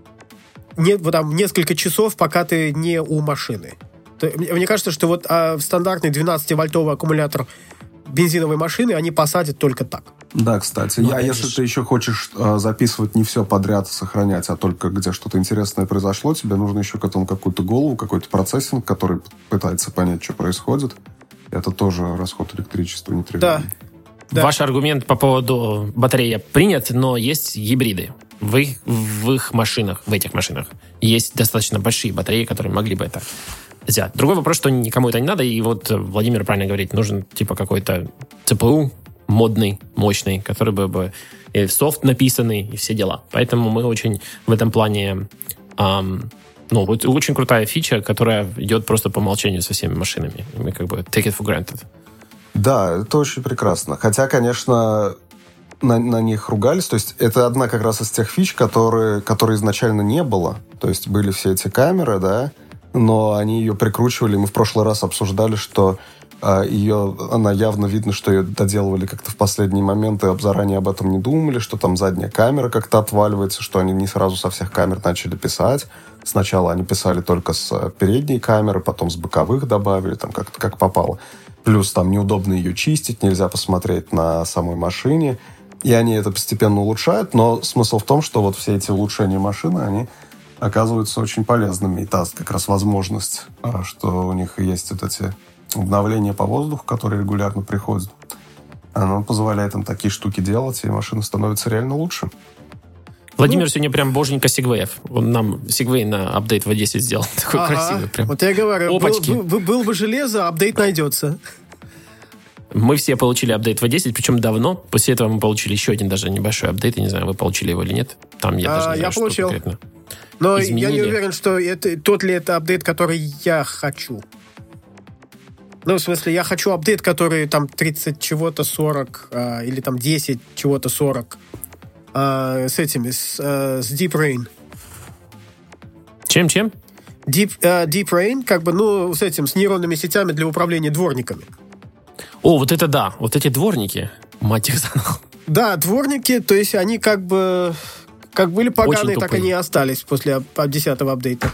Не, вот там несколько часов, пока ты не у машины. То, мне кажется, что вот а, стандартный двенадцативольтовый аккумулятор бензиновой машины они посадят только так. Да, кстати. Ну, я, если ты еще хочешь э, записывать не все подряд, сохранять, а только где что-то интересное произошло, тебе нужно еще к этому какую-то голову, какой-то процессинг, который пытается понять, что происходит. Это тоже расход электричества нетривиальный. Да. Да. Ваш аргумент по поводу батареи принят, но есть гибриды. В их, в их машинах, в этих машинах есть достаточно большие батареи, которые могли бы это взять. Другой вопрос, что никому это не надо, и вот Владимир правильно говорит, нужен типа какой-то ЦПУ модный, мощный, который бы, бы и софт написанный, и все дела. Поэтому мы очень в этом плане... Эм, ну, вот очень крутая фича, которая идет просто по умолчанию со всеми машинами. Мы как бы take it for granted. Да, это очень прекрасно. Хотя, конечно, на, на них ругались. То есть это одна как раз из тех фич, которые, которые изначально не было. То есть были все эти камеры, да, но они ее прикручивали. Мы в прошлый раз обсуждали, что э, ее, она явно видно, что ее доделывали как-то в последний момент, и заранее об этом не думали, что там задняя камера как-то отваливается, что они не сразу со всех камер начали писать. Сначала они писали только с передней камеры, потом с боковых добавили, там как-то как попало. Плюс там неудобно ее чистить, нельзя посмотреть на самой машине. И они это постепенно улучшают, но смысл в том, что вот все эти улучшения машины, они оказываются очень полезными. И та как раз возможность, что у них есть вот эти обновления по воздуху, которые регулярно приходят, оно позволяет им такие штуки делать, и машина становится реально лучше. Владимир сегодня прям боженька сегвеев. Он нам сегвей на апдейт ви десять сделал. Такой ага. красивый прям. Вот я говорю, Опачки. был, был, был бы железо, апдейт найдется. Мы все получили апдейт ви десять, причем давно. После этого мы получили еще один даже небольшой апдейт. Я не знаю, вы получили его или нет. Там я а, даже не знаю, я что получил. конкретно. Но изменили. я не уверен, что это тот ли это апдейт, который я хочу. Ну, в смысле, я хочу апдейт, который там тридцать чего-то сорок, а, или там десять чего-то сорок. Uh, с этими, с, uh, с Deep Rain. Чем-чем? Deep, uh, Deep Rain, как бы, ну, с этим, с нейронными сетями для управления дворниками. О, вот это да, вот эти дворники, мать их за нахуй. Да, дворники, то есть они как бы, как были поганые, так они и остались после десятого апдейта.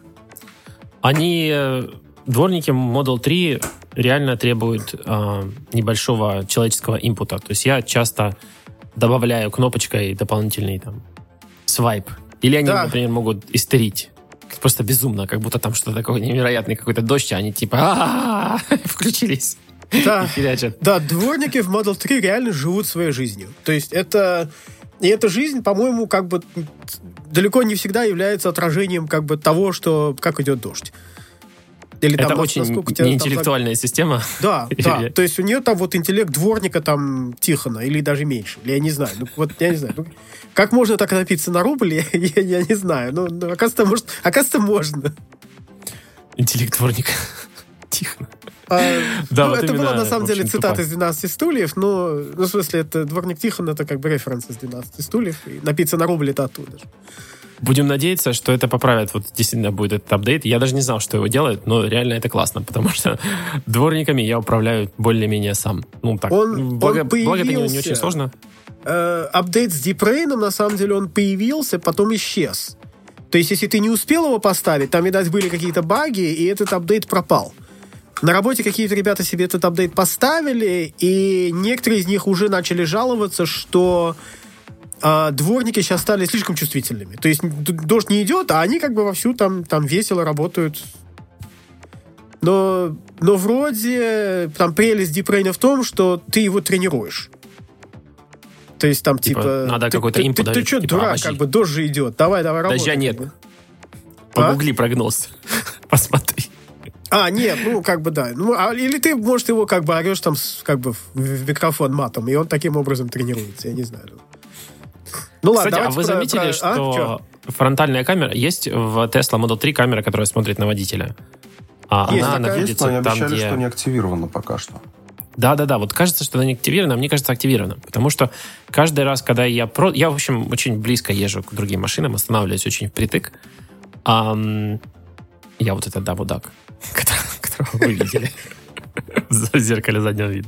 Они, э, дворники Model три реально требуют э, небольшого человеческого инпута. То есть я часто добавляю кнопочкой дополнительный там свайп. Или они, да. например, могут истерить. Просто безумно, как будто там что-то такое невероятное, какой-то дождь, а они типа включились. Да, да, дворники в Model три реально живут своей жизнью. То есть это... И эта жизнь, по-моему, как бы далеко не всегда является отражением как бы того, что как идет дождь. Или там, Это нас- очень насколько у тебя там неинтеллектуальная система. Да, да. Или- То есть у нее там вот интеллект дворника там Тихона, или даже меньше. Или я не знаю. Ну, вот я не знаю. Ну, как можно так напиться на рубль, я, я- я не знаю. Ну, ну, оказывается, может, оказывается, можно. Интеллект дворника. Тихо. А, Да, ну, вот это именно, была на самом в деле общем, цитата тупо. из двенадцати стульев, но, ну, в смысле, это дворник Тихон, это как бы референс из двенадцати стульев, и напиться на рубль это оттуда же. Будем надеяться, что это поправят. Вот действительно будет этот апдейт. Я даже не знал, что его делают, но реально это классно, потому что дворниками я управляю более-менее сам. Ну, так. Он- благо, он благо это не, не появился. очень сложно. Э, апдейт с дипрейном, на самом деле, он появился, потом исчез. То есть, если ты не успел его поставить, там, видать, были какие-то баги, и этот апдейт пропал. На работе какие-то ребята себе этот апдейт поставили, и некоторые из них уже начали жаловаться, что э, дворники сейчас стали слишком чувствительными. То есть, д- дождь не идет, а они как бы вовсю там, там весело работают. Но, но вроде там прелесть дипрейна в том, что ты его тренируешь. То есть там Типа, типа... надо ты, какой-то ты, инпут ты, давить, ты что, типа, дурак, обожди. как бы дождь же идет. Давай, давай, работай. Дождя как нет. бы. По А? гугли прогноз. Посмотри. А, нет, ну, как бы, да. Ну, а, или ты, может, его как бы орешь там, с- как бы, в, в микрофон матом, и он таким образом тренируется, я не знаю. Ну, ладно, Кстати, а давайте вы про- заметили, про- а, что чё? фронтальная камера есть в Tesla Model три камера, которая смотрит на водителя? А Есть она такая. находится Есть, но они там, обещали, где... что не активировано пока что. Да-да-да, вот кажется, что она не активирована, а мне кажется, активирована. Потому что каждый раз, когда я... Про... Я, в общем, очень близко езжу к другим машинам, останавливаюсь очень впритык. Ам, Я вот этот, да, мудак, которого, которого вы видели в зеркале заднего вида.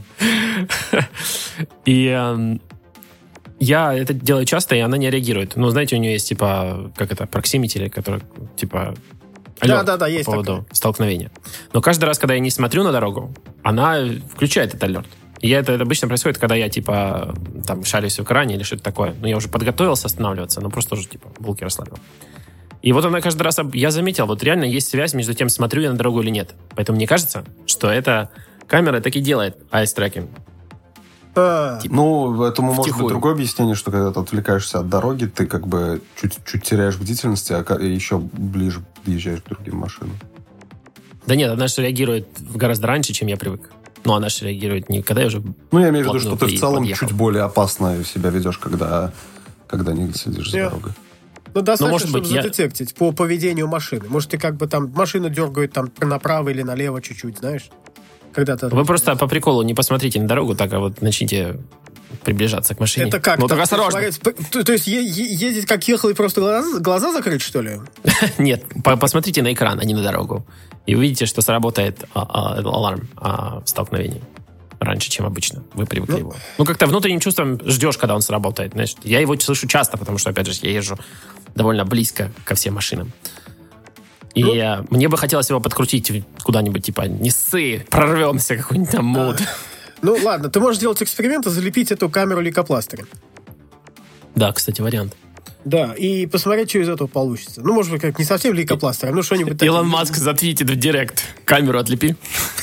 И ам, я это делаю часто, и она не реагирует. Ну, знаете, у нее есть, типа, как это, проксимители, который, типа... алерт Да-да-да, по есть поводу такое. столкновения. Но каждый раз, когда я не смотрю на дорогу, она включает этот алерт. И это, это обычно происходит, когда я, типа, там, шарюсь в экране или что-то такое. Ну, я уже подготовился останавливаться, но просто уже, типа, булки расслабил. И вот она каждый раз... об- Я заметил, вот реально есть связь между тем, смотрю я на дорогу или нет. Поэтому мне кажется, что эта камера так и делает айс-трекинг. А, Ну, этому может Втихую. быть другое объяснение, что когда ты отвлекаешься от дороги, ты как бы чуть-чуть теряешь бдительности, а ка- и еще ближе подъезжаешь к другим машинам. Да нет, она же реагирует гораздо раньше, чем я привык. Но она же реагирует не когда я уже... Ну, я имею в виду, Плотно что ты в целом подъехал. чуть более опасно себя ведешь, когда, когда не следишь за Я- дорогой. ну, достаточно, может чтобы быть, я- задетектить по поведению машины. Может, ты как бы там машину дергает там направо или налево чуть-чуть, знаешь? Когда ты... Вы просто по приколу не посмотрите на дорогу, так, а вот начните приближаться к машине. Это как? Ну, так, только осторожно. смотреть, п- То, то есть е- е- ездить как ехал и просто глаза, глаза закрыть, что ли? Нет, по- посмотрите на экран, а не на дорогу. И увидите, что сработает а, а, аларм о столкновении раньше, чем обычно. Вы привыкли Ну. его. Ну, как-то внутренним чувством ждешь, когда он сработает. Знаешь, я его слышу часто, потому что, опять же, я езжу довольно близко ко всем машинам. И Ну. э, мне бы хотелось его подкрутить куда-нибудь, типа, не ссы, прорвемся, какой-нибудь там мод. Ну, ладно, ты можешь сделать эксперимент и залепить эту камеру лейкопластырем. Да, кстати, вариант. Да, и посмотреть, что из этого получится. Ну, может быть, как не совсем лейкопластырем, ну, что-нибудь такое. Илон Маск затвитит в директ. Камеру отлепи.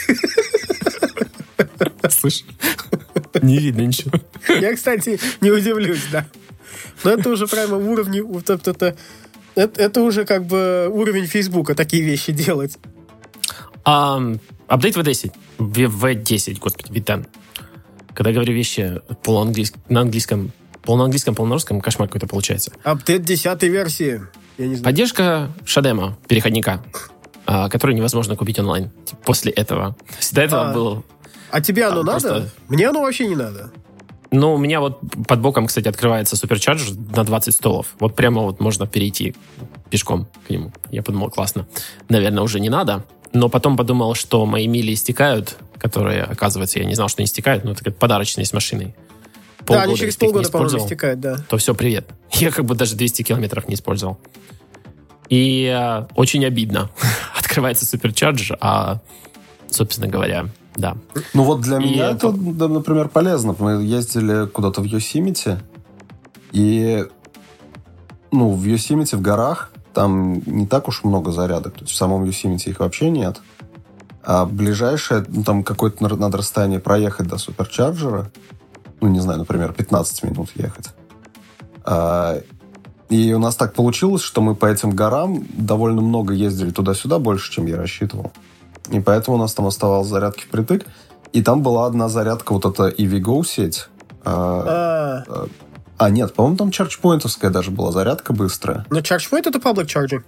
Слышь? Не видно ничего. Я, кстати, не удивлюсь, да. Но это уже прямо уровни... вот это, это, это, это уже как бы уровень Фейсбука такие вещи делать. А, апдейт ви десять. ви десять, господи, ви десять. Когда я говорю вещи полуанглийск- на английском, полуанглийском, полунорусском, кошмар какой-то получается. Апдейт десятой версии. Я не знаю. Поддержка Шадема, переходника, а, который невозможно купить онлайн после этого. То есть до этого А. был... А тебе оно А, надо? просто- Мне оно вообще не надо. Ну, у меня вот под боком, кстати, открывается суперчарджер на двадцать столов. Вот прямо вот можно перейти пешком к нему. Я подумал, классно. Наверное, уже не надо. Но потом подумал, что мои мили истекают, которые, оказывается, я не знал, что они истекают, но это как подарочные с машиной. Да, они через если их не полгода, по-моему, использовал, истекают, да. то все, привет. Я как бы даже двести километров не использовал. И э, очень обидно. Открывается суперчарджер, а, собственно говоря, да. Ну вот для И меня это- это, да, например, полезно. Мы ездили куда-то в Йосемити, и ну, в Йосемити, в горах, там не так уж много зарядок. То есть в самом Йосемити их вообще нет. А ближайшее, ну, там какое-то на- надо расстояние проехать до суперчарджера. Ну, не знаю, например, пятнадцать минут ехать. А, и у нас так получилось, что мы по этим горам довольно много ездили туда-сюда, больше, чем я рассчитывал. И поэтому у нас там оставалось зарядки впритык. И там была одна зарядка, вот эта EVgo сеть. А, А, а нет, по-моему, там ChargePoint-овская даже была зарядка быстрая. но ChargePoint — это public charging.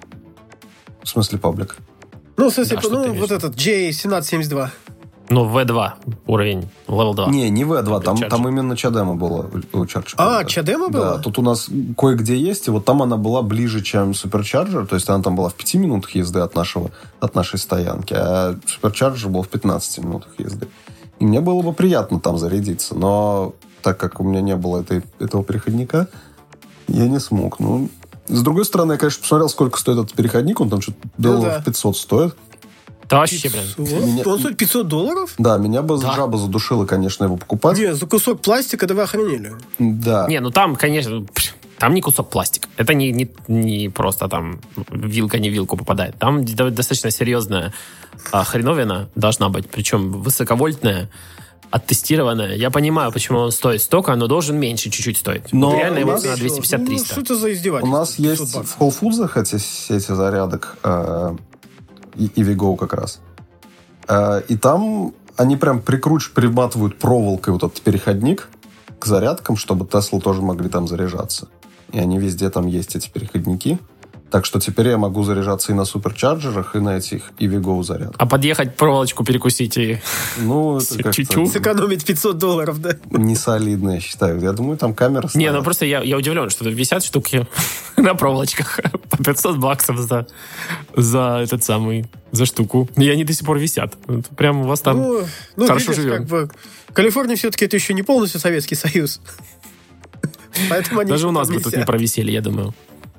В смысле, паблик. Ну, в смысле, Да, что ты ну, имеешь вот в виду? этот джей семнадцать семьдесят два. Ну, ви два уровень, левел два. Не, не ви два, там, Charger. там именно чадема была у ChargePoint. А, чадема была? Да, тут у нас кое-где есть, и вот там она была ближе, чем Supercharger, то есть она там была в пяти минутах езды от, нашего, от нашей стоянки, а Supercharger был в пятнадцати минутах езды. И мне было бы приятно там зарядиться, но так как у меня не было этой, этого переходника, я не смог. Ну, с другой стороны, я, конечно, посмотрел, сколько стоит этот переходник, он там что-то долларов да. пятьсот стоит. Да вообще, блин. Меня- Он стоит пятьсот долларов? Да, меня бы Да. жаба задушила, конечно, его покупать. Не, за кусок пластика, да вы охренели. Да. Не, ну там, конечно, пш, там не кусок пластика. Это не, не, не просто там вилка не в вилку попадает. Там до- достаточно серьезная а, хреновина должна быть, причем высоковольтная, оттестированная. Я понимаю, почему он стоит столько, но должен меньше чуть-чуть стоить. Но Вот реально у его нас цена Ну, двести пятьдесят триста. что это за У издевательство? нас пятьсот есть баксов. в Whole Foods эти сети зарядок, э, и EVgo как раз. Э, и там они прям прикруч, приматывают проволокой вот этот переходник к зарядкам, чтобы Tesla тоже могли там заряжаться. И они везде там есть, эти переходники. Так что теперь я могу заряжаться и на суперчарджерах, и на этих EVgo зарядках. А подъехать, проволочку перекусить и... Ну, это как-то Чуть-чуть. Сэкономить пятьсот долларов, да? не солидно, я считаю. Я думаю, там камера Не, стоит. ну просто я, я удивлен, что висят штуки на проволочках по пятьсот баксов за, за этот самый, за штуку. И они до сих пор висят. Это прям у вас там Ну, ну хорошо видишь, живем. как бы, Калифорния все-таки это еще не полностью Советский Союз. Поэтому они Даже у еще нас там бы тут висят. не провисели, я думаю.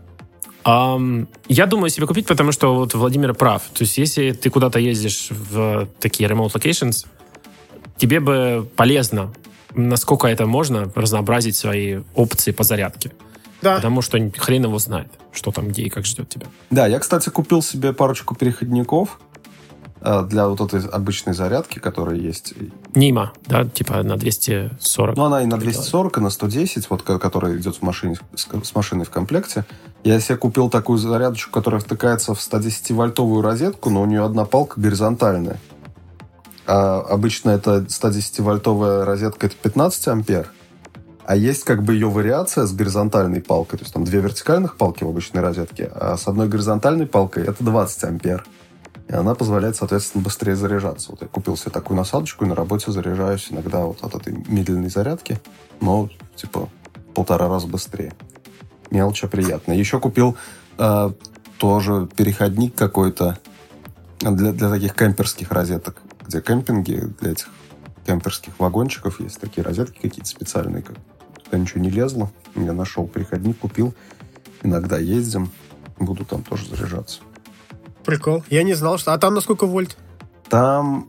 Ам, я думаю себе купить, потому что вот Владимир прав. То есть если ты куда-то ездишь в такие remote locations, тебе бы полезно, насколько это можно, разнообразить свои опции по зарядке. Да. Потому что хрен его знает, что там, где и как ждет тебя. Да, я, кстати, купил себе парочку переходников э, для вот этой обычной зарядки, которая есть. Нима, да, типа на двести сорок. Ну, она и на двести сорок, и на сто десять, вот, ко- которая идет в машине, с, с машиной в комплекте. Я себе купил такую зарядочку, которая втыкается в сто десятивольтовую розетку, но у нее одна палка горизонтальная. А обычно это сто десятивольтовая розетка, это пятнадцать ампер. А есть как бы ее вариация с горизонтальной палкой. То есть там две вертикальных палки в обычной розетке, а с одной горизонтальной палкой это двадцать ампер. И она позволяет, соответственно, быстрее заряжаться. Вот я купил себе такую насадочку и на работе заряжаюсь иногда вот от этой медленной зарядки, но типа полтора раза быстрее. Мелочь, а приятно. Еще купил э, тоже переходник какой-то для, для таких кемперских розеток, где кемпинги, для этих кемперских вагончиков есть такие розетки какие-то специальные. Как... Туда ничего не лезло. Я нашел переходник, купил. Иногда ездим. Буду там тоже заряжаться. Прикол. Я не знал, что... А там на сколько вольт? Там,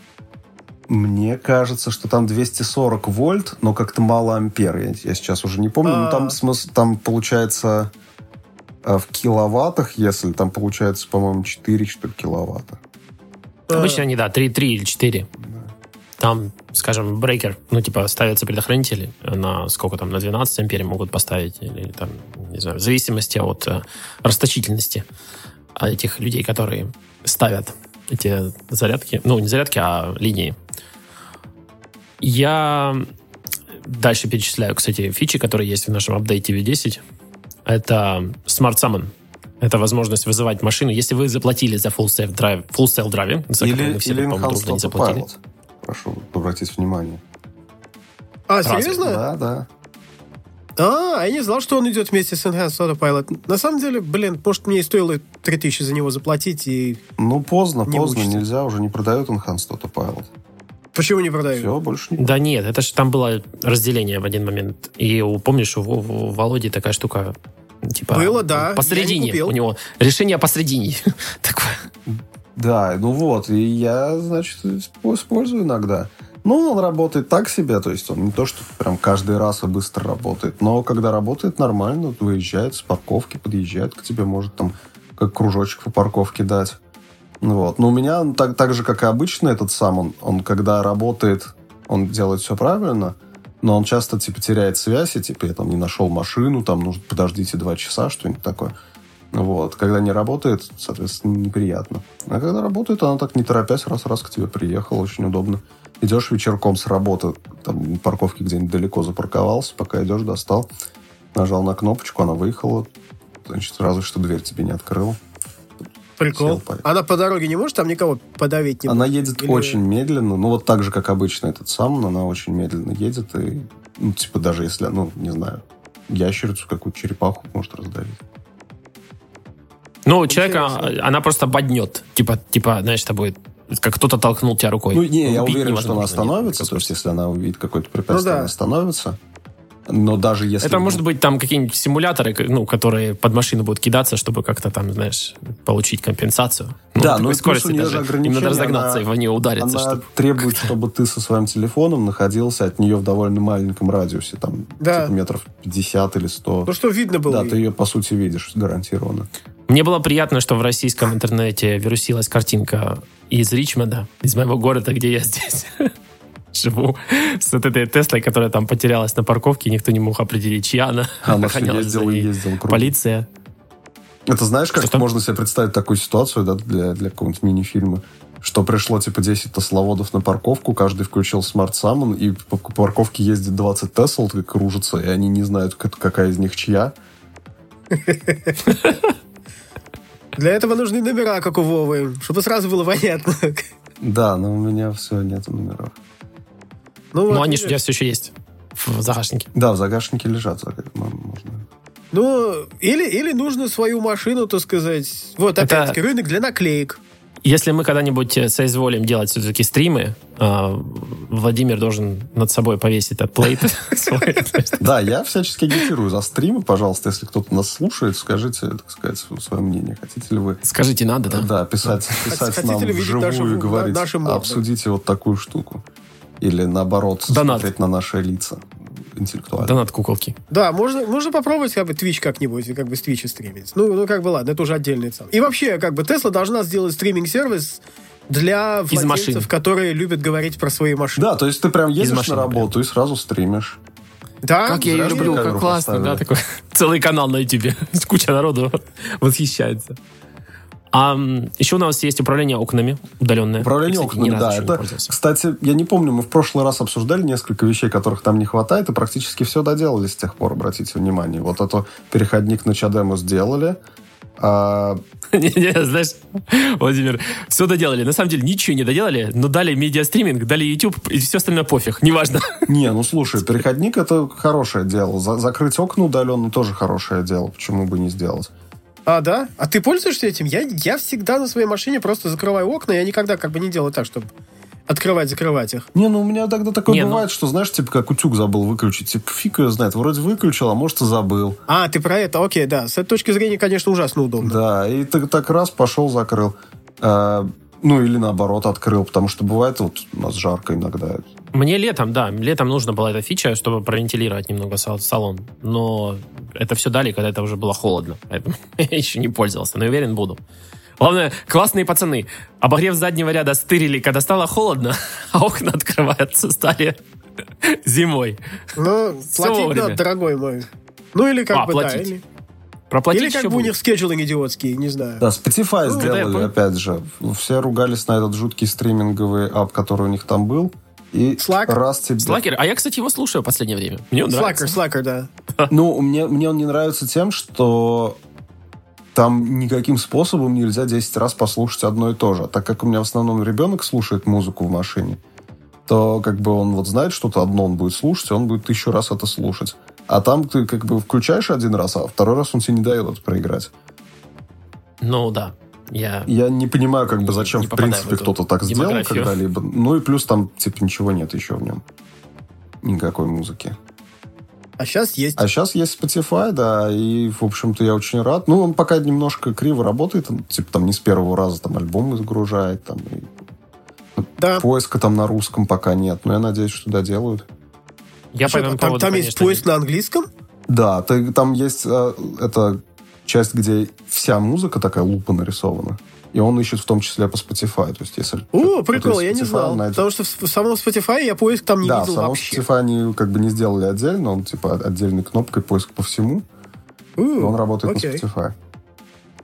мне кажется, что там двести сорок вольт, но как-то мало ампер. Я, я сейчас уже не помню. Но там, смысл, там получается э, в киловаттах, если там получается, по-моему, четыре что ли, киловатта. Обычно они, да, три, три или четыре. Там, скажем, брейкер, ну, типа, ставятся предохранители на сколько там, на двенадцать ампер могут поставить, или там, не знаю, в зависимости от э, расточительности этих людей, которые ставят эти зарядки, ну, не зарядки, а линии. Я дальше перечисляю, кстати, фичи, которые есть в нашем апдейте ви десять. Это Smart Summon. Это возможность вызывать машину, если вы заплатили за Full Self Drive, Full Self Drive, за который Или, мы все, или по-моему, Enhanced дружно не заплатили. Autopilot. Прошу обратить внимание. А, Разве? серьезно? Да, да. А, я не знал, что он идет вместе с Enhanced Autopilot. На самом деле, блин, может, мне и стоило три тысячи за него заплатить, и... Ну, поздно, Не поздно, учится. нельзя, уже не продают Enhanced Autopilot. Почему не продают? Все, больше не... Да нет, это же там было разделение в один момент. И у- помнишь, у, у Володи такая штука, типа... Было, да. Посередине. Я не купил. У него решение посередине. Такое. Да, ну вот, и я, значит, исп- использую иногда. Ну, он работает так себе, то есть он не то, что прям каждый раз и быстро работает, но когда работает нормально, выезжает с парковки, подъезжает к тебе, может там как кружочек по парковке дать. Ну вот. Но у меня он так, так же, как и обычно этот сам, он, он когда работает, он делает все правильно, но он часто типа теряет связь, и типа я там не нашел машину, там нужно подождите два часа, что-нибудь такое. Вот. Когда не работает, соответственно, неприятно. А когда работает, она так не торопясь раз-раз к тебе приехала. Очень удобно. Идешь вечерком с работы, там, на парковке где-нибудь далеко запарковался, пока идешь, достал, нажал на кнопочку, она выехала. Значит, сразу что дверь тебе не открыла. Прикол. Сел, Она по дороге не может там никого подавить? Не она может? едет Или... очень медленно. Ну, вот так же, как обычно этот сам, она очень медленно едет. И, ну, типа, даже если, ну, не знаю, ящерицу, какую-то черепаху может раздавить. Ну, человека, она просто боднет. Типа, типа, знаешь, это будет, как кто-то толкнул тебя рукой. Ну, не, я Убить уверен, невозможно, что она нет, остановится. нет, То есть, если она увидит какое-то препятствие, Ну, да. она остановится. Но даже если... Это может быть там какие-нибудь симуляторы, ну, которые под машину будут кидаться, чтобы как-то там, знаешь, получить компенсацию. Ну, Да, такой ну и плюс скорости у нее даже. же Им ограничения. надо разогнаться она, и в нее удариться. Она чтобы... требует, чтобы ты со своим телефоном находился от нее в довольно маленьком радиусе. Там Да. типа метров пятьдесят или сто. Ну, что видно было. Да, ты ее, по сути, видишь гарантированно. Мне было приятно, что в российском интернете вирусилась картинка из Ричмонда, из моего города, где я здесь живу, с вот этой Теслой, которая там потерялась на парковке, никто не мог определить, чья она. Она все Охранялась ездила за и ней. ездила круто. Полиция. Это знаешь, как Что-что? можно себе представить такую ситуацию, да, для, для какого-нибудь мини-фильма? Что пришло, типа, десять тесловодов на парковку, каждый включил Smart Summon, и по по парковке ездит двадцать Тесл, так кружится, и они не знают, как- какая из них чья. Для этого нужны номера, как у Вовы, чтобы сразу было понятно. Да, но у меня все, нету номеров. Ну, Ну, вот, они же у видишь. тебя все еще есть в загашнике. Да, в загашнике лежат. зага- м- Можно. Ну, или, или нужно свою машину, так сказать. Вот, Это- опять-таки, рынок для наклеек. Если мы когда-нибудь э, соизволим делать все-таки стримы, э, Владимир должен над собой повесить этот плейт свой. Да, я всячески агитирую за стримы. Пожалуйста, если кто-то нас слушает, скажите, так сказать, свое мнение. Хотите ли вы... Скажите, надо, да? Да, писать, писать Хотите нам ли видеть вживую нашу- и говорить, на- наши морды? обсудите вот такую штуку. Или, наоборот, Донат. смотреть на наши лица интеллектуально. Донат куколки. Да, можно, можно попробовать как бы Twitch как-нибудь, и как бы с Twitch стримить. Ну, ну, как бы ладно, это уже отдельный сам. И вообще, как бы Tesla должна сделать стриминг-сервис для Из машин. владельцев, которые любят говорить про свои машины. Да, то есть ты прям едешь машины на работу и сразу стримишь. Да, Как я ее зря, что ли, люблю, камеру как классно, да, поставили? такой целый канал на ютубе. Куча народу восхищается. А м, еще у нас есть управление окнами удаленное. Управление Я, кстати, окнами, ни разу да. еще не Это, пользовался. кстати, я не помню, мы в прошлый раз обсуждали несколько вещей, которых там не хватает, и практически все доделали с тех пор, обратите внимание. Вот это переходник на Чадему сделали. А, Не-не, знаешь, Владимир, все доделали. На самом деле ничего не доделали, но дали медиастриминг, дали YouTube, и все остальное пофиг, неважно. не, ну слушай, переходник это хорошее дело. За- закрыть окна удаленно тоже хорошее дело. Почему бы не сделать? А, да? А ты пользуешься этим? Я, я всегда на своей машине просто закрываю окна, я никогда как бы не делаю так, чтобы открывать-закрывать их. Не, ну у меня тогда такое Не, ну- бывает, что, знаешь, типа как утюг забыл выключить. Типа фиг ее знает. Вроде выключил, а может и забыл. А, ты про это? Окей, да. С этой точки зрения, конечно, ужасно удобно. Да, и так, так раз пошел, закрыл. А, ну, или наоборот, открыл, потому что бывает, вот у нас жарко иногда. Мне летом, да, летом нужна была эта фича, чтобы провентилировать немного сал- салон. Но это все дали, когда это уже было холодно. Поэтому я еще не пользовался, но уверен, буду. Главное, классные пацаны. Обогрев заднего ряда стырили, когда стало холодно, а окна открываются стали зимой. Но Всё платить вовремя. надо, дорогой мой. Ну, или как А, бы, да. платить. Или, Проплатить или как еще бы у будет. них скеджулинг идиотский, не знаю. Да, Spotify Ну, да, я сделали, понял. опять же. Все ругались на этот жуткий стриминговый ап, который у них там был. И Slack? раз тебе... Слакер, а я, кстати, его слушаю в последнее время. Мне он нравится. Slacker, Slacker, да. Ну, мне, мне он не нравится тем, что там никаким способом нельзя десять раз послушать одно и то же. А так как у меня в основном ребенок слушает музыку в машине, то как бы он вот знает что-то одно, он будет слушать, и он будет тысячу раз это слушать. А там ты как бы включаешь один раз, а второй раз он тебе не дает это проиграть. Ну, да. Я... Я не понимаю, как бы зачем, Не в попадаю принципе, в эту кто-то так сделал демографию. когда-либо. Ну и плюс там, типа, ничего нет еще в нем. Никакой музыки. А сейчас есть. А сейчас есть Spotify, да, и, в общем-то, я очень рад. Ну, он пока немножко криво работает, он, типа, там, не с первого раза там альбомы загружает, там, и Да. поиска там на русском пока нет, но я надеюсь, что доделают. Я Что, по этому там поводу, там есть конечно, поиск на английском? Да, ты- там есть э, эта часть, где вся музыка такая лупа нарисована, и он ищет в том числе по Spotify, то есть, если... О, кто-то прикол, из я не Spotify знал. найдет- Потому что в в самом Spotify я поиск там не да, видел в самом вообще. Spotify они как бы не сделали отдельно, он, типа, отдельной кнопкой поиск по всему, У, и он работает окей. на Spotify.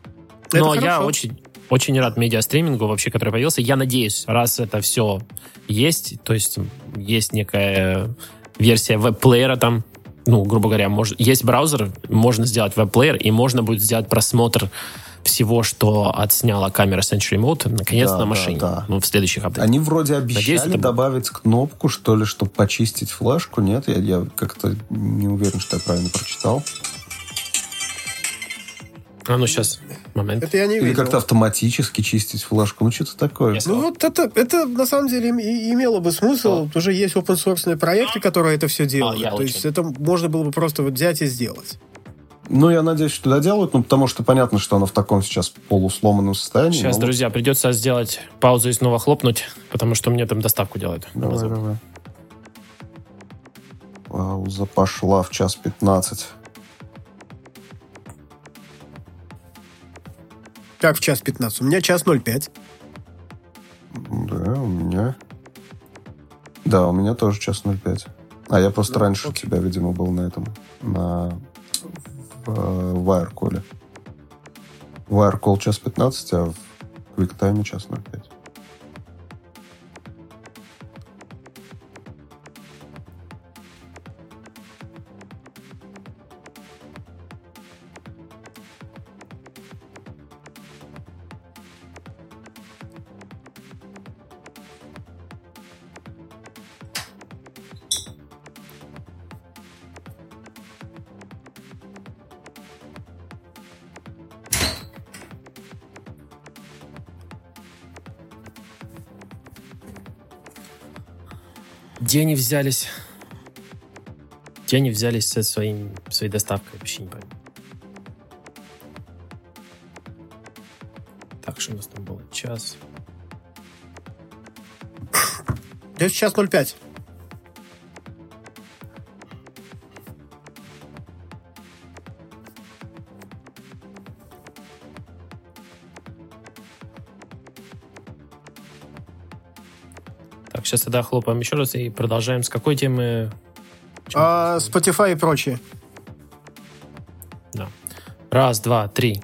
Это Но я хорошо. очень, очень рад медиастримингу вообще, который появился. Я надеюсь, раз это все есть, то есть есть некая версия веб-плеера там, ну, грубо говоря, мож, есть браузер, можно сделать веб-плеер, и можно будет сделать просмотр всего, что отсняла камера Century Mode, наконец, Да, на да, машине. да. Ну, в следующих апдейтах. Они вроде обещали Надеюсь, это будет. добавить кнопку, что ли, чтобы почистить флешку. Нет, я, я как-то не уверен, что я правильно прочитал. А ну, сейчас, момент. Это я не Или видел. как-то автоматически чистить флешку. Ну, что-то такое. Если- Ну вот это, это на самом деле им- и- имело бы смысл. Уже есть open-source проекты, которые это все делают. я То очень. есть это можно было бы просто вот взять и сделать. Ну, я надеюсь, что доделают, ну, потому что понятно, что оно в таком сейчас полусломанном состоянии. Сейчас, но- друзья, придется сделать паузу и снова хлопнуть, потому что мне там доставку делают. Давай, давай. Пауза пошла в час пятнадцать. Как в час пятнадцать? У меня час ноль пять. Да, у меня... Да, у меня тоже час ноль пять. А я просто Ну, раньше окей. тебя, видимо, был на этом, на в, э, Wirecall. Wirecall час пятнадцать, а в QuickTime час ноль пять. Где они взялись? Где они взялись со своим, своей доставкой? Вообще не пойму. Так, что у нас там было? Час. Я сейчас ноль пять. Так, сейчас тогда хлопаем еще раз и продолжаем. С какой темы? Чем А, мы начали? Spotify и прочее. Да. Раз, два, три.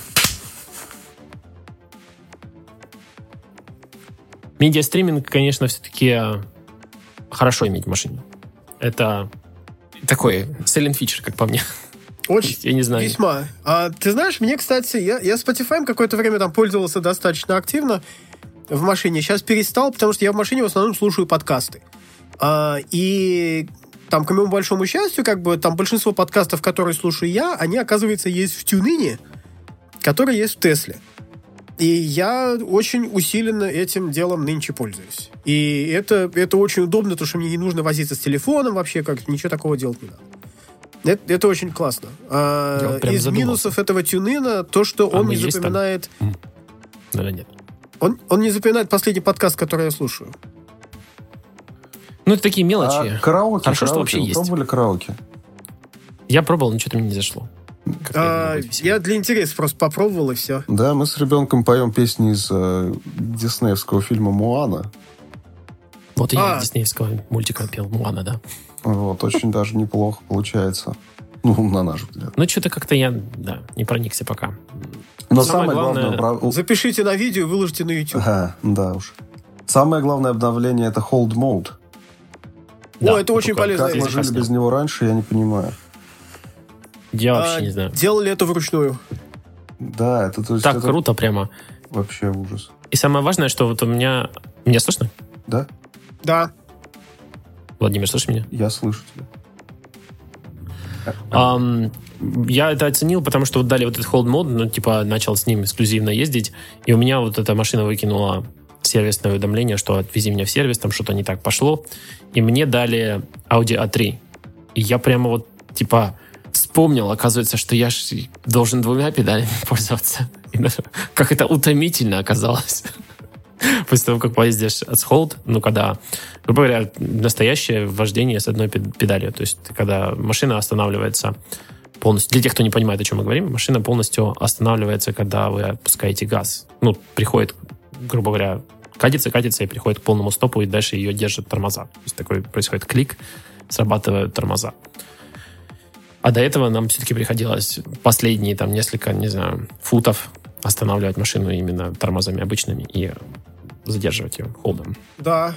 Медиастриминг, конечно, все-таки хорошо иметь в машине. Это такой silent feature, как по мне. Очень. Я не знаю. Весьма. А, ты знаешь, мне, кстати, я, я Spotify какое-то время там пользовался достаточно активно в машине. Сейчас перестал, потому что я в машине в основном слушаю подкасты. А, и там, к моему большому счастью, как бы там большинство подкастов, которые слушаю я, они, оказывается, есть в TuneIn, который есть в Тесле. И я очень усиленно этим делом нынче пользуюсь. И это, это очень удобно, потому что мне не нужно возиться с телефоном вообще, как ничего такого делать не надо. Это, это очень классно. А, Я вот прям из задумался. минусов этого тюнина то, что А он мы не есть там? запоминает... Наверное, нет. Он, он не запоминает последний подкаст, который я слушаю. Ну, это такие мелочи. А караоке, Хорошо, что караоке. вообще Вы есть. пробовали караоке? Я пробовал, но что-то мне не зашло. Как-то я А, не могу я для интереса просто попробовал, и все. Да, мы с ребенком поем песни из э, диснеевского фильма «Моана». Вот и я А. диснеевского мультика пел Муана, да. Вот, очень даже неплохо получается. Ну, на наш взгляд. Ну, что-то как-то я, да, не проникся пока. Но Самое самое главное... главное- обра- Запишите на видео и выложите на YouTube. Ага, да уж. Самое главное обновление — это Hold Mode. Да, О, это очень только полезно. Как мы Здесь жили красный. без него раньше, я не понимаю. Я вообще А, не знаю. Делали это вручную. Да, это, то есть, Так это круто прямо. вообще ужас. И самое важное, что вот у меня... Меня слышно? Да? Да. Владимир, слышишь меня? Я слышу тебя. Ам, я это оценил, потому что вот дали вот этот hold mode, ну, типа, начал с ним эксклюзивно ездить, и у меня вот эта машина выкинула сервисное уведомление, что отвези меня в сервис, там что-то не так пошло, и мне дали Audi а три. И я прямо вот, типа, вспомнил, оказывается, что я ж должен двумя педалями пользоваться. И даже как это утомительно оказалось. После того, как поездишь с hold, ну, когда, грубо говоря, настоящее вождение с одной пед- педалью. То есть, когда машина останавливается полностью... Для тех, кто не понимает, о чем мы говорим, машина полностью останавливается, когда вы отпускаете газ. Ну, приходит, грубо говоря, катится, катится и приходит к полному стопу, и дальше ее держат тормоза. То есть, такой происходит клик, срабатывают тормоза. А до этого нам все-таки приходилось последние, там, несколько, не знаю, футов останавливать машину именно тормозами обычными и задерживать ее холдом. Да.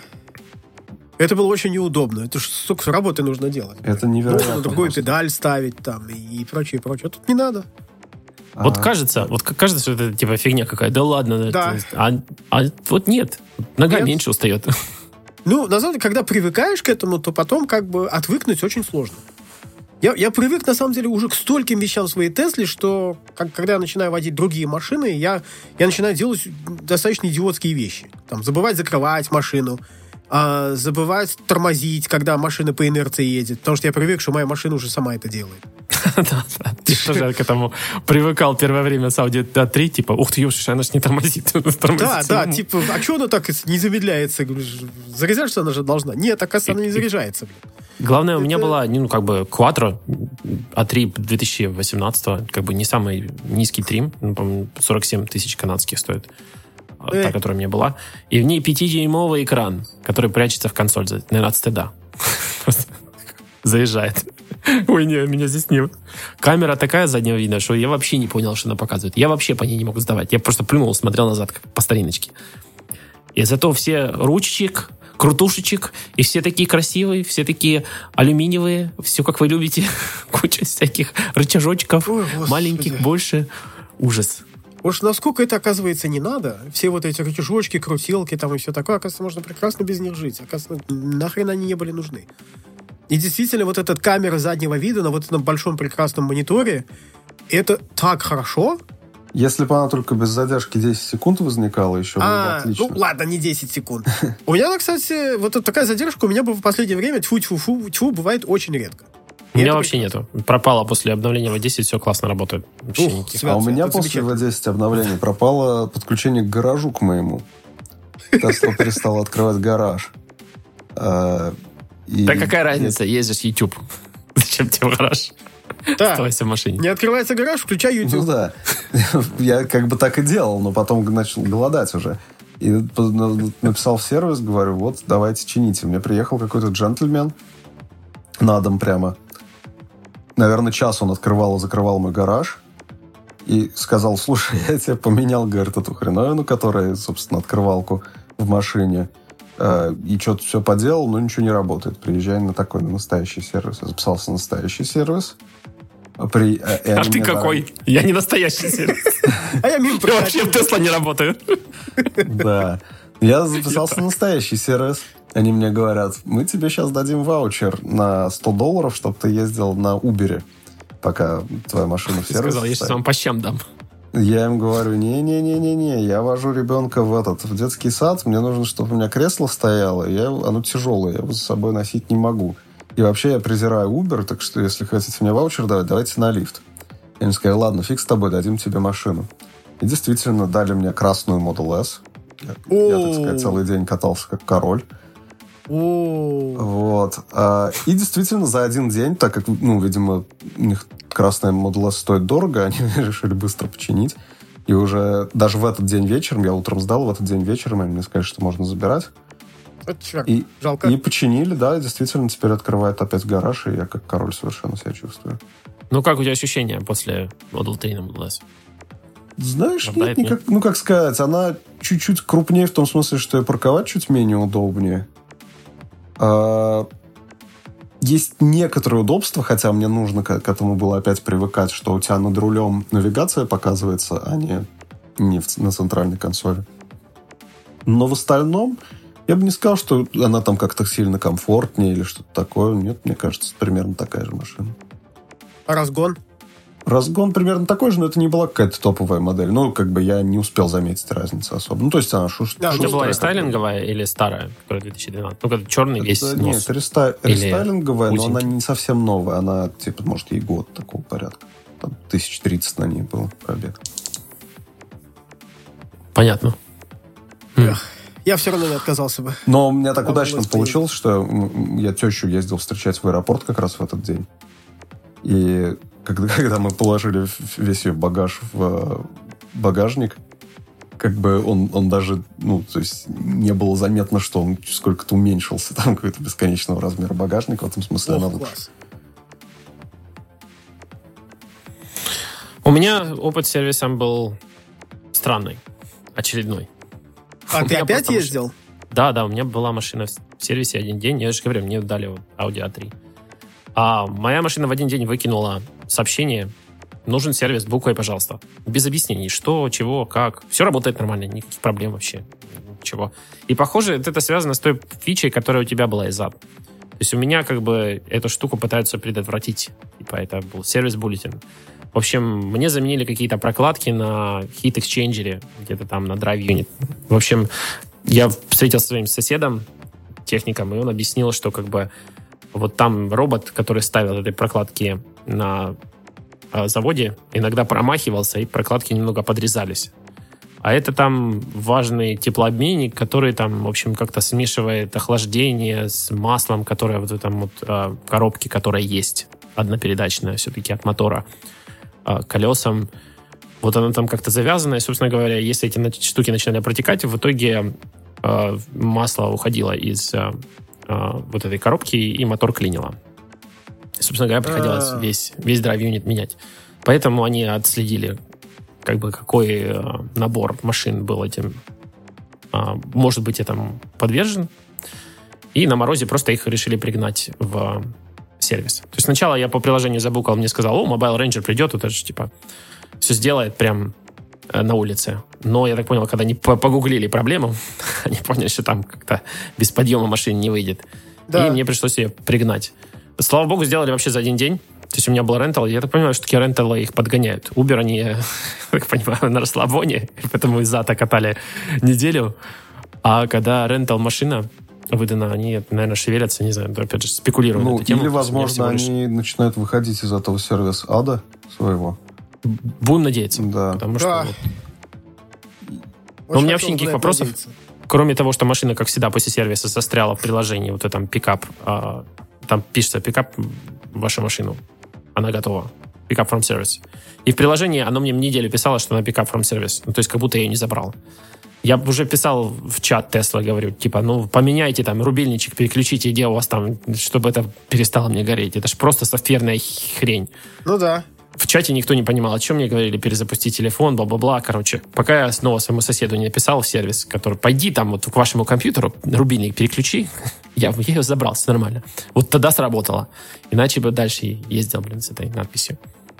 Это было очень неудобно. Это же столько работы нужно делать. Это невероятно. Нужно другую педаль ставить там и прочее, прочее. А тут не надо. Вот А, кажется, вот к- кажется, что это типа фигня какая. Да ладно. Да. это- а, а вот нет. Нога Нет. меньше устает. Ну, на самом деле, когда привыкаешь к этому, то потом как бы отвыкнуть очень сложно. Я, я привык, на самом деле, уже к стольким вещам в своей Тесле, что как, когда я начинаю водить другие машины, я, я начинаю делать достаточно идиотские вещи. Там, забывать закрывать машину, а, забывать тормозить, когда машина по инерции едет, потому что я привык, что моя машина уже сама это делает. Да, да. Ты тоже к этому привыкал первое время с Audi а три, типа, ух ты, ёпшиш, она же не тормозит. Тормозит Да, да, самому. типа, а что она так не замедляется? Говоришь, заряжаться она же должна. Нет, оказывается, она не заряжается. Блин. Главное, у меня Это- была, ну, как бы, Quattro а три две тысячи восемнадцатого, как бы не самый низкий трим, ну, по-моему, сорок семь тысяч канадских стоит, а, Эх. та, которая у меня была. И в ней пятидюймовый экран, который прячется в консоль, за- наверное, от стыда. Просто заезжает. Ой, не, меня здесь нет. Камера такая заднего вида, что я вообще не понял, что она показывает. Я вообще по ней не мог сдавать. Я просто плюнул, смотрел назад, как по стариночке. И зато все ручечек, крутушечек, и все такие красивые, все такие алюминиевые, все как вы любите. Куча всяких рычажочков, Ой, господи. маленьких, больше. Ужас. Уж насколько это, оказывается, не надо, все вот эти рычажочки, крутилки там и все такое, оказывается, можно прекрасно без них жить. Оказывается, нахрен они не были нужны. И действительно, вот эта камера заднего вида на вот этом большом прекрасном мониторе, это так хорошо. Если бы она только без задержки десять секунд возникала, еще было бы А, отлично. ну ладно, не десять секунд. У меня, кстати, вот эта такая задержка у меня бы в последнее время тьфу-тьфу-фу, тьфу, бывает очень редко. У И меня это вообще нету. Пропало после обновления ви десять, все классно работает. Вообще Ух, никаких. свят- А у меня это после замечательно. ви десять обновления пропало подключение к гаражу к моему. Тесла перестала открывать гараж. А, и- Да какая разница, ездишь YouTube. Зачем тебе в гараж? Да. Оставайся в машине. Не открывается гараж, включай Ну YouTube. да. Я как бы так и делал, но потом начал голодать уже. И по- на- написал в сервис, говорю, вот, давайте чините. Мне приехал какой-то джентльмен на дом прямо. Наверное, час он открывал и закрывал мой гараж. И сказал, слушай, я тебе поменял, говорит, эту хреновину, которая, собственно, открывалку в машине. Э, И что-то все поделал, но ничего не работает. Приезжай на такой, на настоящий сервис. Я записался на настоящий сервис. При, э, и А они ты мне какой? Я не настоящий сервис. А я мимо Я вообще в проходил. Тесла не работаю. Да. Я записался на настоящий сервис. Они мне говорят, мы тебе сейчас дадим ваучер на сто долларов, чтобы ты ездил на Uber, пока твоя машина в Ты сервис. сказал, я сейчас стоит». вам по щам дам. Я им говорю, не-не-не-не-не, я вожу ребенка в этот, в детский сад, мне нужно, чтобы у меня кресло стояло, я, оно тяжелое, я его с собой носить не могу. И вообще я презираю Uber, так что если хотите мне ваучер давать, давайте на лифт. Я им сказал, ладно, фиг с тобой, дадим тебе машину. И действительно дали мне красную Model S. Я, я, так сказать, целый день катался как король. О, Вот. А, И действительно за один день, так как, ну, видимо, у них красная Model S стоит дорого, они решили быстро починить. И уже даже в этот день вечером, я утром сдал, в этот день вечером они мне сказали, что можно забирать. это чувак, И, жалко. и починили, да, и действительно теперь открывает опять гараж, и я как король совершенно себя чувствую. Ну, как у тебя ощущения после Model три на Model S? Знаешь, Оправдает, нет, никак, ну, как сказать, она чуть-чуть крупнее в том смысле, что и парковать чуть менее удобнее. А, есть некоторые удобства, хотя мне нужно к, к этому было опять привыкать, что у тебя над рулем навигация показывается, а не, не в- на центральной консоли. Но в остальном я бы не сказал, что она там как-то сильно комфортнее или что-то такое. Нет, мне кажется, примерно такая же машина. А разгон? Разгон примерно такой же, но это не была какая-то топовая модель. Ну, как бы я не успел заметить разницу особо. Ну, то есть она шуш... Да, У тебя ну, была шустрая рестайлинговая или старая, которая две тысячи двенадцатый? Ну, когда черный весь Это, нос. нет, это реста- Или рестайлинговая, но узенький. она не совсем новая. Она, типа, может, ей год такого порядка. Там тысяч тридцать на ней было пробег. Понятно. Я все равно не отказался бы. Но у меня так Надо удачно было получилось, что м, я тещу ездил встречать в аэропорт как раз в этот день. И когда, когда мы положили в- весь ее багаж в э, багажник, как бы он, он даже, ну, то есть не было заметно, что он сколько-то уменьшился, там какой-то бесконечного размера багажника, в этом смысле она Ох, лучше. класс. У меня опыт с сервисом был странный, очередной. А У ты меня опять просто ездил? машина- Да, да, у меня была машина в сервисе один день. Я же говорю, мне дали вот Audi а три. А моя машина в один день выкинула сообщение: нужен сервис, буквой, пожалуйста. Без объяснений, что, чего, как. Все работает нормально, никаких проблем вообще. Ничего. И, похоже, это связано с той фичей, которая у тебя была из ап. То есть у меня как бы эту штуку пытаются предотвратить. Типа это был сервис-буллетин. В общем, мне заменили какие-то прокладки на Heat Exchanger, где-то там на Drive Unit. В общем, я встретился со своим соседом, техником, и он объяснил, что как бы вот там робот, который ставил эти прокладки на э, заводе, иногда промахивался, и прокладки немного подрезались. А это там важный теплообменник, который там, в общем, как-то смешивает охлаждение с маслом, которое вот в этом вот э, коробке, которая есть, однопередачная все-таки от мотора, э, колесам. Вот оно там как-то завязано, и, собственно говоря, если эти на- штуки начинали протекать, в итоге э, масло уходило из э, э, вот этой коробки, и мотор клинило. И, собственно говоря, приходилось А. весь, весь драйв-юнит менять. Поэтому они отследили, как бы, какой э, набор машин был этим, э, может быть, этому подвержен. И на морозе просто их решили пригнать в сервис. То есть сначала я по приложению забукал, мне сказал: о, Mobile Ranger придет, это же типа все сделает прям э, на улице. Но я так понял, когда они по- погуглили проблему, они поняли, что там как-то без подъема машин не выйдет. Да. И мне пришлось ее пригнать. Слава богу, сделали вообще за один день. То есть у меня был рентал, и я так понимаю, что такие ренталы их подгоняют. Uber они, я так понимаю, на расслабоне, поэтому из ата катали неделю. А когда рентал машина выдана, они, наверное, шевелятся, не знаю, опять же, спекулируют Ну, на эту тему. или, То есть у меня возможно, всего лишь- они начинают выходить из этого сервиса ада своего. Будем надеяться. Да. Потому Да. что вот, Очень у меня хотел вообще бы никаких на это вопросов. надеяться. кроме того, что машина, как всегда, после сервиса застряла в приложении, вот этом пикап, а, там пишется пикап вашу машину, она готова. Pick up from service. И в приложении оно мне неделю писало, что она pick up from service. Ну, то есть как будто я ее не забрал. Я уже писал в чат Tesla, говорю, типа, ну, поменяйте там рубильничек, переключите, где у вас там, чтобы это перестало мне гореть. Это же просто софтверная хрень. Ну да. В чате никто не понимал, о чем мне говорили, перезапустить телефон, бла-бла-бла. Короче, пока я снова своему соседу не написал в сервис, который, пойди там вот к вашему компьютеру, рубильник переключи, я, я ее забрал, все нормально. Вот тогда сработало. Иначе бы дальше ездил, блин, с этой надписью.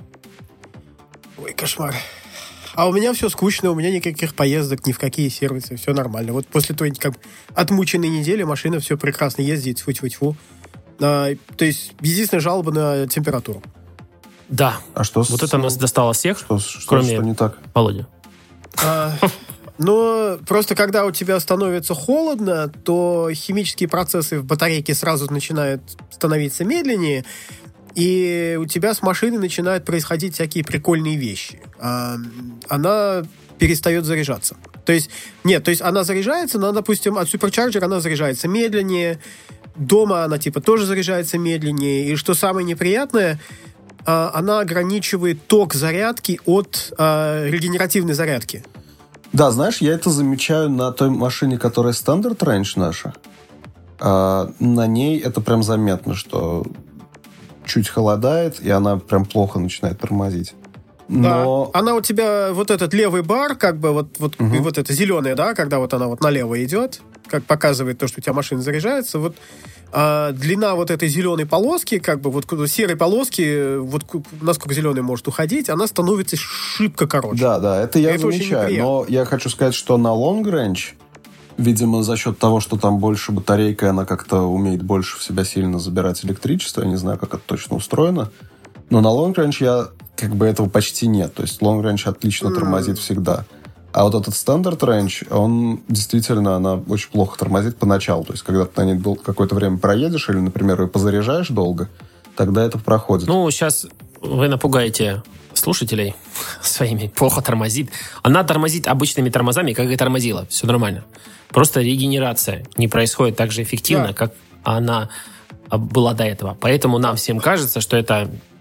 Ой, кошмар. А у меня все скучно, у меня никаких поездок, ни в какие сервисы, все нормально. Вот после той как отмученной недели машина все прекрасно ездит, тьфу-тьфу-тьфу. А, то есть, единственная жалоба на температуру. Да, А что вот с- это нас достало всех, Что, что, кроме что не так? Володя. А, но просто когда у тебя становится холодно, то химические процессы в батарейке сразу начинают становиться медленнее, и у тебя с машины начинают происходить всякие прикольные вещи. А, она перестает заряжаться. То есть, нет, то есть она заряжается, но, допустим, от суперчарджера она заряжается медленнее, дома она типа тоже заряжается медленнее, и что самое неприятное, а, она ограничивает ток зарядки от а, регенеративной зарядки. Да, знаешь, я это замечаю на той машине, которая Standard Range наша. А, на ней это прям заметно, что чуть холодает, и она прям плохо начинает тормозить. Но... Да. Она у тебя, вот этот левый бар, как бы вот, вот, Мгм. и вот это зеленое, да, когда вот она вот налево идет, как показывает то, что у тебя машина заряжается, вот а, длина вот этой зеленой полоски, как бы вот ку- серой полоски, вот ку- насколько зеленый может уходить, она становится шибко короче. Да, да, это я Это очень замечаю. неприятно. Но я хочу сказать, что на Long Range, видимо, за счет того, что там больше батарейка, она как-то умеет больше в себя сильно забирать электричество. Я не знаю, как это точно устроено. Но на Long Range я как бы этого почти нет. То есть Long Range отлично Mm. тормозит всегда. А вот этот Standard Range, он действительно, она очень плохо тормозит поначалу. То есть когда ты на ней дол- какое-то время проедешь или, например, ее позаряжаешь долго, тогда это проходит. Ну, сейчас вы напугаете слушателей своими. Плохо тормозит. Она тормозит обычными тормозами, как и тормозила. Все нормально. Просто регенерация не происходит так же эффективно, Да. как она была до этого. Поэтому нам всем кажется, что это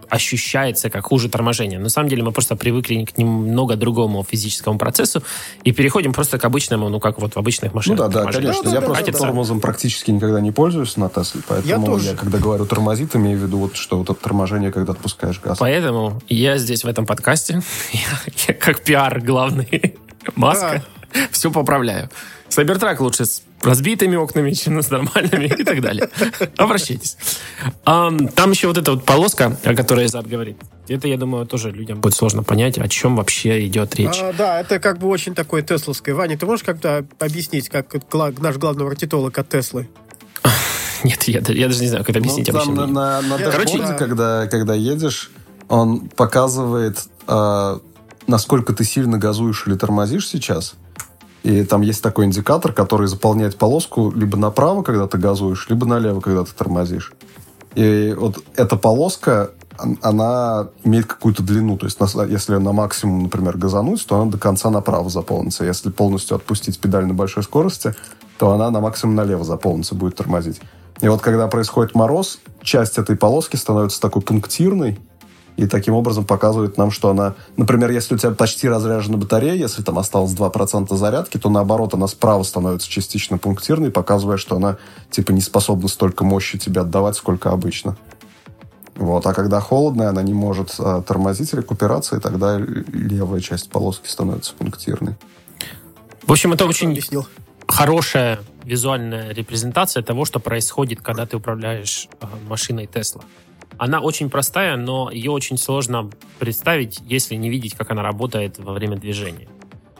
ощущается как хуже торможение. На самом деле мы просто привыкли к немного другому физическому процессу и переходим просто к обычному, ну, как вот в обычных Ну машинах. да, да, торможение. конечно. Да, я да, просто да, тормозом практически никогда не пользуюсь на Тесле, поэтому Я тоже. я, когда говорю тормозит, имею в виду вот, что вот это торможение, когда отпускаешь газ. Поэтому я здесь в этом подкасте, я, я как пиар главный Маска, все поправляю. Сайбертрак лучше с разбитыми окнами, чем с нормальными и так далее. Обращайтесь. А, там еще вот эта вот полоска, о которой Изат говорит. Это, я думаю, тоже людям будет сложно понять, о чем вообще идет речь. А, да, это как бы очень такое тесловское. Ваня, ты можешь как-то объяснить, как гла- наш главный маркетолог от Теслы? Нет, я, я даже не знаю, как это объяснить. Ну, там обычным на, людям. на, на Я- дашборде, Короче, когда, когда едешь, он показывает, э, насколько ты сильно газуешь или тормозишь сейчас. И там есть такой индикатор, который заполняет полоску либо направо, когда ты газуешь, либо налево, когда ты тормозишь. И вот эта полоска, она имеет какую-то длину. То есть, если на максимум, например, газануть, то она до конца направо заполнится. Если полностью отпустить педаль на большой скорости, то она на максимум налево заполнится, будет тормозить. И вот когда происходит мороз, часть этой полоски становится такой пунктирной, и таким образом показывает нам, что она... Например, если у тебя почти разряжена батарея, если там осталось два процента зарядки, то наоборот, она справа становится частично пунктирной, показывая, что она типа не способна столько мощи тебе отдавать, сколько обычно. Вот. А когда холодная, она не может а, тормозить рекуперации, тогда левая часть полоски становится пунктирной. В общем, это очень Объяснил. хорошая визуальная репрезентация того, что происходит, когда ты управляешь э, машиной Tesla. Она очень простая, но ее очень сложно представить, если не видеть, как она работает во время движения.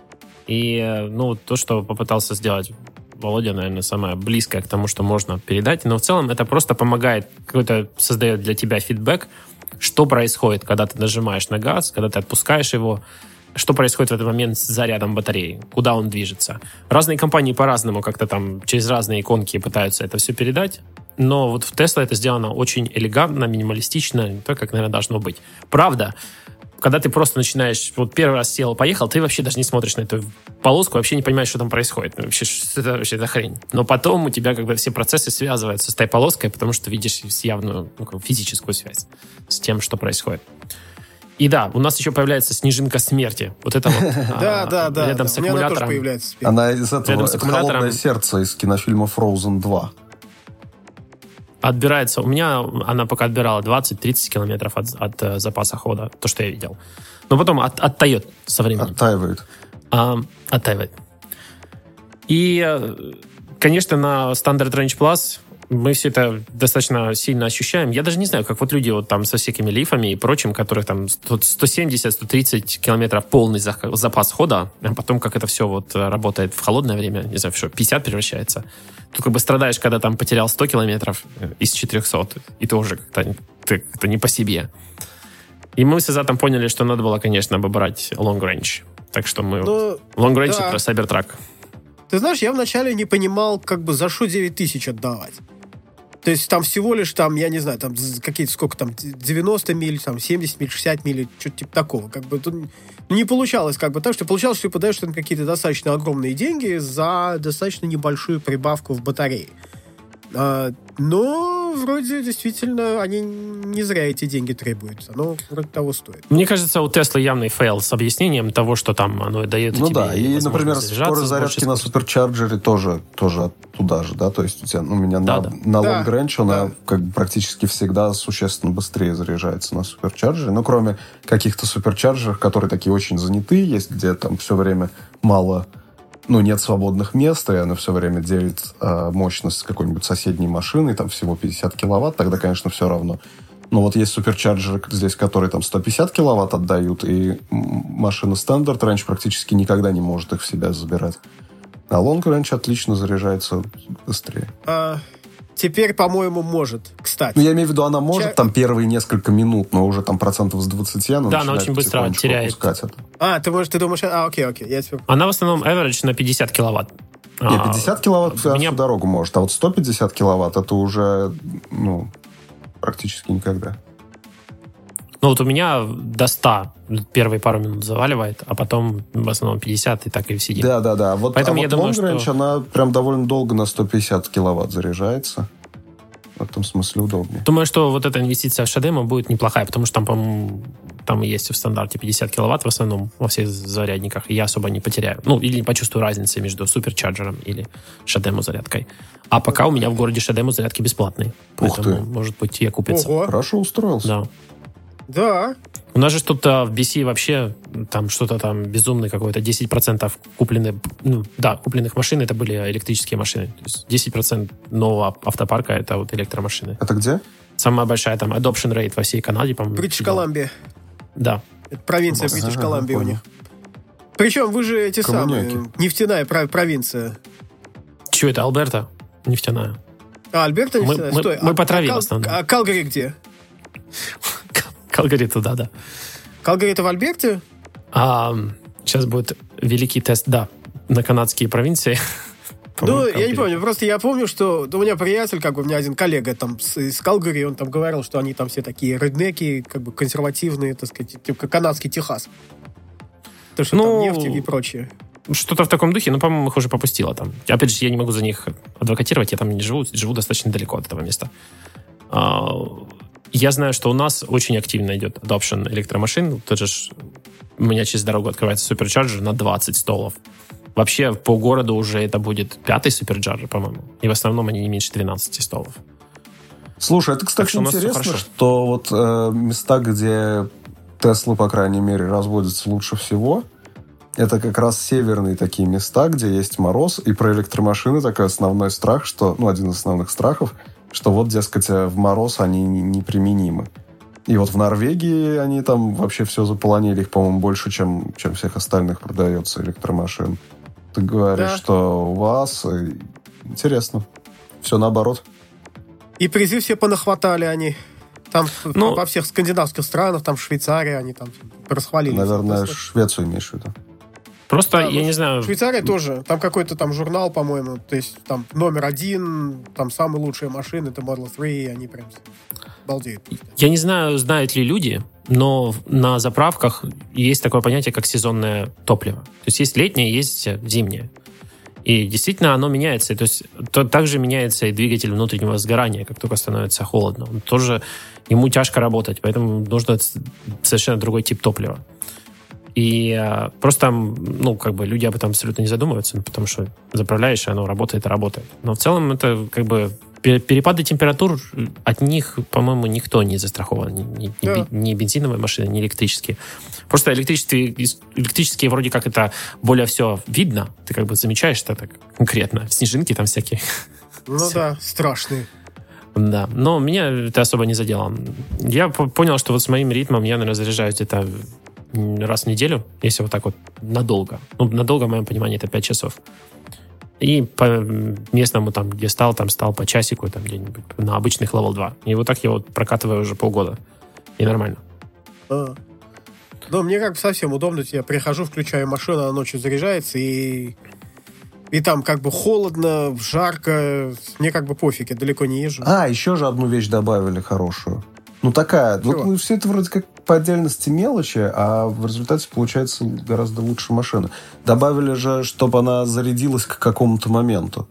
И э, ну, то, что попытался сделать Володя, наверное, самое близкое к тому, что можно передать. Но в целом это просто помогает, какой-то создает для тебя фидбэк, что происходит, когда ты нажимаешь на газ, когда ты отпускаешь его, что происходит в этот момент с зарядом батареи, куда он движется. Разные компании по-разному как-то там через разные иконки пытаются это все передать, но вот в Tesla это сделано очень элегантно, минималистично, так, как, наверное, должно быть. Правда, когда ты просто начинаешь, вот первый раз сел, поехал, ты вообще даже не смотришь на эту полоску, вообще не понимаешь, что там происходит. Вообще, что это вообще за хрень? Но потом у тебя как бы все процессы связываются с этой полоской, потому что ты видишь явную ну, как бы физическую связь с тем, что происходит. И да, у нас еще появляется снежинка смерти. Вот это вот. Да, да, да. Рядом с У меня она тоже аккумулятором. появляется теперь. Она из этого Рядом с это аккумулятором. «Холодное сердце» из кинофильма «Фроузен два». Отбирается. У меня она пока отбирала двадцать-тридцать километров от, от э, запаса хода. То, что я видел. Но потом от, оттает со временем. Оттаивает. А, оттаивает. И, э, конечно, на Standard Range Plus мы все это достаточно сильно ощущаем. Я даже не знаю, как вот люди вот там со всякими лифами и прочим, которых там сто семьдесят - сто тридцать километров полный запас хода, а потом как это все вот работает в холодное время, не знаю, что пятьдесят превращается. Ты как бы страдаешь, когда там потерял сто километров из четырехсот, и тоже как-то, как-то не по себе. И мы с Изатом поняли, что надо было, конечно, бы брать long range. Так что мы... Ну, long range да. это Cybertruck. Ты знаешь, я вначале не понимал, как бы за что девять тысяч отдавать. То есть там всего лишь, там, я не знаю, там какие-то, сколько там, девяносто миль, там, семьдесят миль, шестьдесят миль, что-то типа такого. Как бы тут не получалось как бы так, что получалось, что ты подаешь там какие-то достаточно огромные деньги за достаточно небольшую прибавку в батарее. А, но вроде действительно они не зря эти деньги требуют. Оно вроде того стоит. Мне кажется, у Теслы явный фейл с объяснением того, что там оно дает Ну тебе да, и, возможность например, заряжаться скорость с зарядки большей на скоростью. суперчарджере тоже, тоже туда же, да, то есть у тебя, ну, у меня Да, на, да. на Да, long range она да. как бы практически всегда существенно быстрее заряжается на суперчарджере, ну, кроме каких-то суперчарджеров, которые такие очень занятые есть, где там все время мало, ну, нет свободных мест, и она все время делит э, мощность с какой-нибудь соседней машиной, там всего пятьдесят киловатт, тогда, конечно, все равно. Но вот есть суперчарджеры здесь, которые там сто пятьдесят киловатт отдают, и м, машина Standard Range практически никогда не может их в себя забирать. А Long Range отлично заряжается быстрее. А, теперь, по-моему, может, кстати. Ну, я имею в виду, она может Ча- там первые несколько минут, но уже там процентов с двадцати она Да, она начинает очень быстро потихонечку теряет. опускать это. А, ты можешь, ты думаешь, а, окей, окей, я теперь... Она в основном average на пятьдесят киловатт. Не, А, пятьдесят киловатт у всю меня- дорогу может, а вот сто пятьдесят киловатт это уже, ну, практически никогда. Ну вот у меня до ста первые пару минут заваливает, а потом в основном пятьдесят и так и сидим. Да, да, да. Вот, Поэтому а я вот думаю, Long Range, что- она прям довольно долго на сто пятьдесят киловатт заряжается. В этом смысле удобнее. Думаю, что вот эта инвестиция в Шадемо будет неплохая, потому что там, по-моему, там есть в стандарте пятьдесят киловатт в основном во всех зарядниках, и я особо не потеряю. Ну, или не почувствую разницы между суперчарджером или Шадемо зарядкой. А пока у меня в городе Шадемо зарядки бесплатные. Ух Поэтому, ты. может быть, и окупится. Ого. Хорошо устроился. Да. Да. У нас же что-то в би си вообще там что-то там безумное какое-то. десять процентов купленных, ну, да, купленных машин это были электрические машины. То есть десять процентов нового автопарка это вот электромашины. Это где? Самая большая там adoption rate во всей Канаде, по-моему. Бритиш Колумбия. Да. Это провинция Ага, Бритиш ага, Колумбия у понял. них. Причем вы же эти Коммуняки. самые, нефтяная пров- провинция. Чего это, Альберта? Нефтяная. А, Альберта Мы- нефтяная? мы- Стой, мы а- по траве а в Кал- основном. А Калгари где? Калгари туда, да. Калгари это в Альберте? А, сейчас будет великий тест, да, на канадские провинции. Ну, По-моему, я не Калгари. помню, просто я помню, что у меня приятель, как бы у меня один коллега там с- из Калгари, он там говорил, что они там все такие реднеки, как бы консервативные, так сказать, типа как канадский Техас. То, что Ну, там нефть и прочее. Что-то в таком духе, но, по-моему, их уже попустило там. Опять же, я не могу за них адвокатировать, я там не живу, живу достаточно далеко от этого места. А, Я знаю, что у нас очень активно идет adoption электромашин. Тот же ж- у меня через дорогу открывается суперчарджер на двадцать столов. Вообще по городу уже это будет пятый суперчарджер, по-моему. И в основном они не меньше двенадцати столов. Слушай, это, кстати, Так что у нас всё интересно, хорошо. что вот э, места, где Теслы, по крайней мере, разводятся лучше всего, это как раз северные такие места, где есть мороз, и про электромашины такой основной страх, что, ну, один из основных страхов, что вот, дескать, э, в мороз они не- неприменимы. И вот в Норвегии они там вообще все заполонили, их, по-моему, больше, чем, чем всех остальных продается электромашин. Ты говоришь, Да. что у вас... э, Интересно. Все наоборот. И призы все понахватали они. Там Ну, во всех скандинавских странах, там в Швейцарии они там расхвалились. Наверное, Просто. Швецию имеешь в виду. Просто, Да, я вот не знаю... Швейцария тоже. Там какой-то там журнал, по-моему, то есть там номер один, там самые лучшие машины, это Model три, и они прям балдеют. Я не знаю, знают ли люди, но на заправках есть такое понятие, как сезонное топливо. То есть есть летнее, есть зимнее. И действительно оно меняется. То есть то, также меняется и двигатель внутреннего сгорания, как только становится холодно. Он тоже, ему тяжко работать, поэтому нужно совершенно другой тип топлива. И а, просто, ну, как бы люди об этом абсолютно не задумываются, потому что заправляешь, и оно работает и работает. Но в целом это как бы пе- перепады температур, от них, по-моему, никто не застрахован. Ни, ни- ни Да. би- ни бензиновые машины, ни электрические. Просто электрические, электрические вроде как это более все видно. Ты как бы замечаешь это так конкретно. Снежинки там всякие. Ну да, страшные. Да, но меня это особо не задело. Я по- понял, что вот с моим ритмом я, наверное, заряжаюсь где-то раз в неделю, если вот так вот надолго. Ну, надолго, в моем понимании, это пять часов. И по местному, там, где стал, там стал по часику, там, где-нибудь на обычных левел два. И вот так я вот прокатываю уже полгода. И нормально. А. Ну, мне как бы совсем удобно. Я прихожу, включаю машину, она ночью заряжается, и... И там как бы холодно, жарко. Мне как бы пофиг, я далеко не езжу. А, еще же одну вещь добавили хорошую. Ну, такая. Вот, Чего? ну, все это вроде как по отдельности мелочи, а в результате получается гораздо лучше машина. Добавили же, чтобы она зарядилась к какому-то моменту.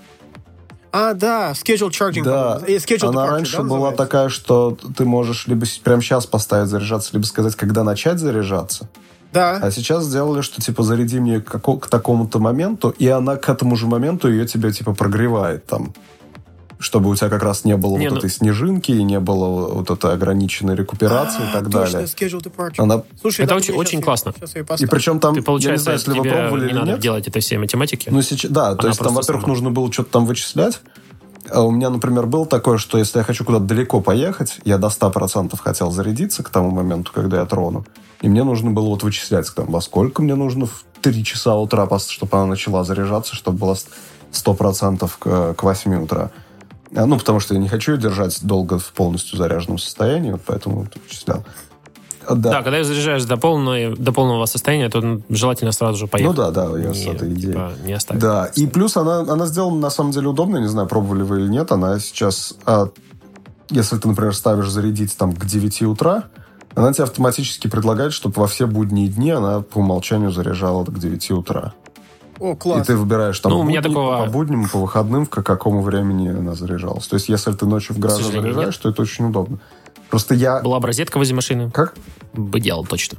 А, да, schedule charging. Да, по-моему. Э, schedule она departure, раньше да, была называется? такая, что ты можешь либо с- прямо сейчас поставить заряжаться, либо сказать, когда начать заряжаться. Да. А сейчас сделали, что, типа, заряди мне к, како- к такому-то моменту, и она к этому же моменту ее тебе, типа, прогревает там. Чтобы у тебя как раз не было Не, вот ну- этой снежинки, и не было вот этой ограниченной рекуперации и А, так точно, далее. schedule departure. Она... Слушай, Это надо очень- мне очень щас классно. её- щас я её И поставлю. причем там, Ты, я не получается, знаю, если вы тебе пробовали не или надо нет. делать этой всей математики. Ну, сейчас, да, то Она есть там, просто во-первых, сама. нужно было что-то там вычислять. А у меня, например, было такое, что если я хочу куда-то далеко поехать, я до ста процентов хотел зарядиться к тому моменту, когда я трону, и мне нужно было вот вычислять, там, во сколько мне нужно в три часа утра, чтобы она начала заряжаться, чтобы было сто процентов к, к восьми утра. А, Ну, потому что я не хочу ее держать долго в полностью заряженном состоянии, вот поэтому вот вычислял. А, Да, Да. когда ее заряжаешь до полного, до полного состояния, то ну, желательно сразу же поехать. Ну да, да, я с Не, этой идеей. типа, не оставить. Да, и плюс она, она сделана на самом деле удобно, не знаю, пробовали вы или нет, она сейчас, а, если ты, например, ставишь зарядить там к девяти утра, она тебе автоматически предлагает, чтобы во все будние дни она по умолчанию заряжала к девяти утра. О, И класс. ты выбираешь там Ну, у меня будни- такого- по будням, по выходным, к какому времени она заряжалась. То есть, если ты ночью в гараже сожалению, заряжаешь, то это очень удобно. Просто я... Была бы розетка возле машины, Как? бы делал точно.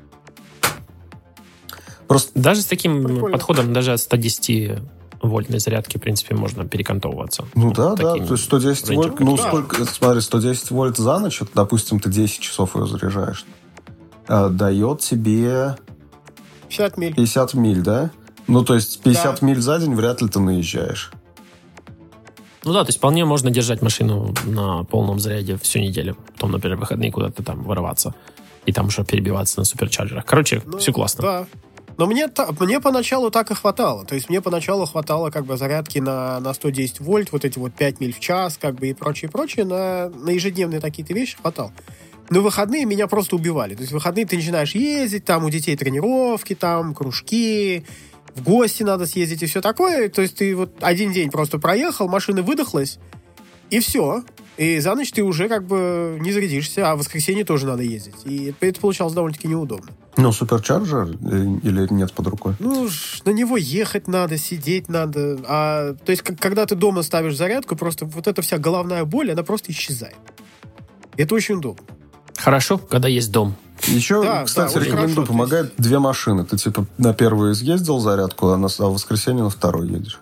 Просто Даже с таким Прикольно. подходом, даже от сто десять вольтной зарядки, в принципе, можно перекантовываться. Ну да, да, таким то есть сто десять рейнджем, вольт, ну да. сколько, смотри, сто десять вольт за ночь, это, допустим, ты десять часов ее заряжаешь, э, дает тебе пятьдесят миль. пятьдесят миль, да? Ну, то есть пятьдесят Да. миль за день вряд ли ты наезжаешь. Ну да, то есть вполне можно держать машину на полном заряде всю неделю. Потом, например, в выходные куда-то там вырываться. И там уже перебиваться на суперчарджерах. Короче, Ну, все классно. Да. Но мне, та- мне поначалу так и хватало. То есть мне поначалу хватало как бы зарядки на, на сто десять вольт, вот эти вот пять миль в час, как бы и прочее, прочее. На, на ежедневные такие-то вещи хватало. Но выходные меня просто убивали. То есть в выходные ты начинаешь ездить, там у детей тренировки, там кружки, в гости надо съездить и все такое. То есть ты вот один день просто проехал, машина выдохлась, и все. И за ночь ты уже как бы не зарядишься, а в воскресенье тоже надо ездить. И это получалось довольно-таки неудобно. Ну, суперчарджер э, или нет под рукой? Ну, ж, на него ехать надо, сидеть надо. А, то есть, как, когда ты дома ставишь зарядку, просто вот эта вся головная боль, она просто исчезает. Это очень удобно. Хорошо, когда есть дом. Еще, Да, кстати, да, очень рекомендую, хорошо, помогает две машины. Ты, типа, на первую съездил зарядку, а, на, а в воскресенье на второй едешь.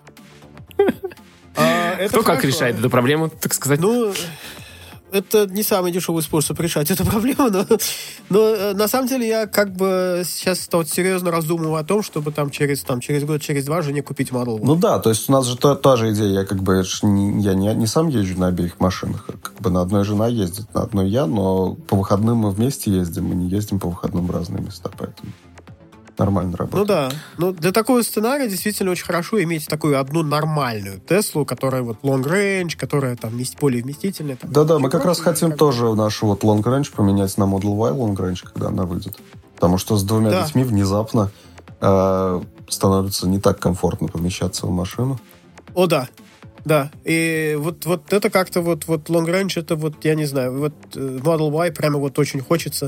А, это Кто как хорошо. решает эту проблему, так сказать? Ну, это не самый дешевый способ решать эту проблему, но, но э, на самом деле я как бы сейчас вот серьезно раздумываю о том, чтобы там через, там, через год, через два жене купить Model Y. Ну да, то есть у нас же та, та же идея. Я как бы это ж не, я не, не сам езжу на обеих машинах. Как бы на одной жена ездит, на одной я, но по выходным мы вместе ездим, мы не ездим по выходным в разные места, поэтому нормально работает. Ну да. Ну, для такого сценария действительно очень хорошо иметь такую одну нормальную Теслу, которая вот long range, которая там вмест- более вместительная. там, Да-да, мы прочее, как раз прочее, хотим как бы. тоже нашу вот long range поменять на Model Y long range, когда она выйдет. Потому что с двумя Да. детьми внезапно э, становится не так комфортно помещаться в машину. О, да. Да. И вот, вот это как-то вот, вот long range, это вот, я не знаю, вот э, Model Y прямо вот очень хочется.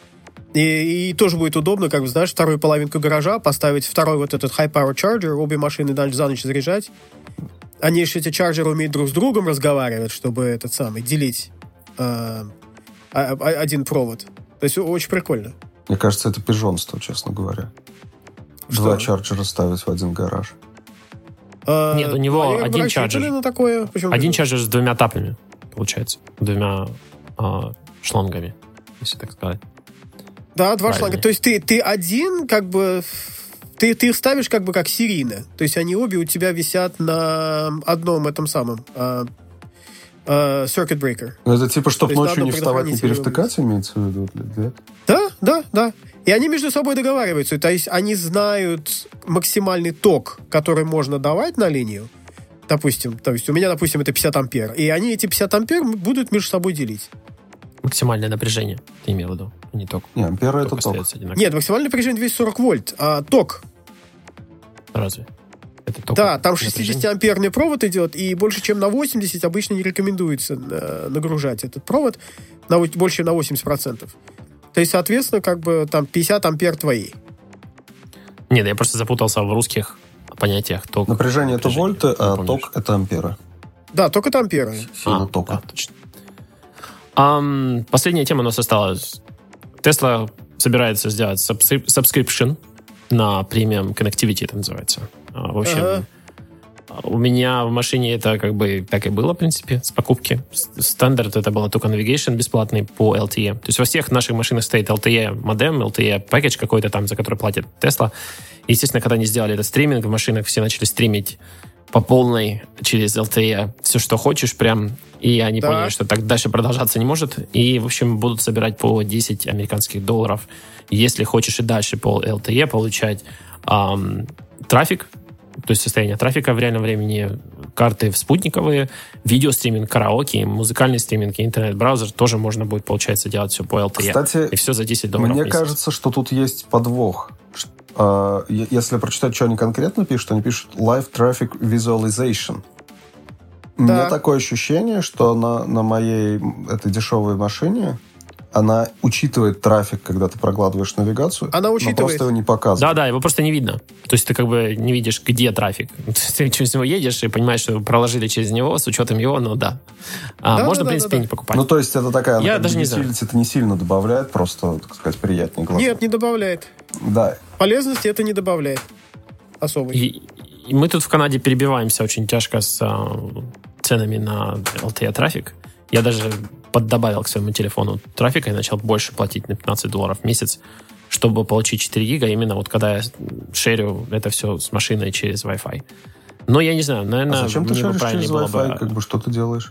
И, и тоже будет удобно, как бы, знаешь, вторую половинку гаража поставить второй вот этот high-power charger, обе машины дальше за ночь заряжать. Они же эти чарджеры умеют друг с другом разговаривать, чтобы этот самый, делить э, а- а- один провод. То есть очень прикольно. Мне кажется, это пижонство, честно говоря. Что? Два чарджера ставить в один гараж. Э, Нет, у него они как бы один рассчитаны чарджер. на такое. Почему Один нет? чарджер с двумя тапами, получается. Двумя а, шлангами, если так сказать. Да, два Правильно. шланга. То есть ты, ты один, как бы, ты, ты их ставишь как бы как серийно. То есть они обе у тебя висят на одном этом самом а, а, circuit breaker. Ну, это типа, чтобы То есть ночью на не одном вставать, не предохранителе перевтыкать, имеется в виду? Да? Да, да, да. И они между собой договариваются. То есть они знают максимальный ток, который можно давать на линию. Допустим, то есть у меня, допустим, это пятьдесят ампер. И они эти пятьдесят ампер будут между собой делить. Максимальное напряжение, ты имел в виду, а не ток. Не, ампера это Ток ток. остается одинаковым. Нет, максимальное напряжение двести сорок вольт. А ток. Разве? Это ток. Да, там напряжение? шестидесятиамперный провод идет, и больше, чем на восемьдесят обычно не рекомендуется э, нагружать этот провод, на, во- больше, чем на восемьдесят процентов. То есть, соответственно, как бы там пятьдесят ампер твои. Нет, я просто запутался в русских понятиях. Ток, Напряжение это вольты, а Не помнишь. ток это амперы. Да, только это амперы. Сила А, тока. да, точно. Ам, последняя тема у нас осталась. Tesla собирается сделать subscri- subscription на Premium Connectivity, это называется. А, В общем, Ага. у меня в машине это как бы так и было, в принципе, с покупки. С- Стандарт это было только Navigation бесплатный по эл ти и. То есть во всех наших машинах стоит эл ти и модем, эл ти и пакет какой-то там, за который платит Tesla. И, естественно, когда они сделали этот стриминг в машинах, все начали стримить по полной через эл ти и все, что хочешь, прям. И они Так. поняли, что так дальше продолжаться не может. И, в общем, будут собирать по десять американских долларов, если хочешь и дальше по эл ти и получать ам, трафик, то есть состояние трафика в реальном времени, карты в спутниковые, видеостриминг, караоке, музыкальный стриминг, и интернет-браузер тоже можно будет, получается, делать все по эл ти и. Кстати, И все за десять долларов в Мне месяц. кажется, что тут есть подвох. Ш- а, е- Если прочитать, что они конкретно пишут, они пишут Live Traffic Visualization. У меня Да. такое ощущение, что на, на моей м, этой дешевой машине она учитывает трафик, когда ты прокладываешь навигацию, Она но учитывает. просто его не показывает. Да-да, его просто не видно. То есть ты как бы не видишь, где трафик. Ты через него едешь и понимаешь, что проложили через него с учетом его, ну да. А, Да, можно, да, в принципе, да, да. не покупать. Ну, то есть это такая... Я она даже не знаю. utility это не сильно добавляет, просто, так сказать, приятнее глазу. Нет, не добавляет. Да. Полезности это не добавляет. Особой. И, и мы тут в Канаде перебиваемся очень тяжко с а, ценами на эл ти и-трафик. Я даже поддобавил к своему телефону трафика и начал больше платить на пятнадцать долларов в месяц, чтобы получить четыре гига, именно вот когда я шерю это все с машиной через Wi-Fi. Но я не знаю, наверное, А зачем ты мне бы шаришь правильнее через было Wi-Fi? бы... Как бы что ты делаешь?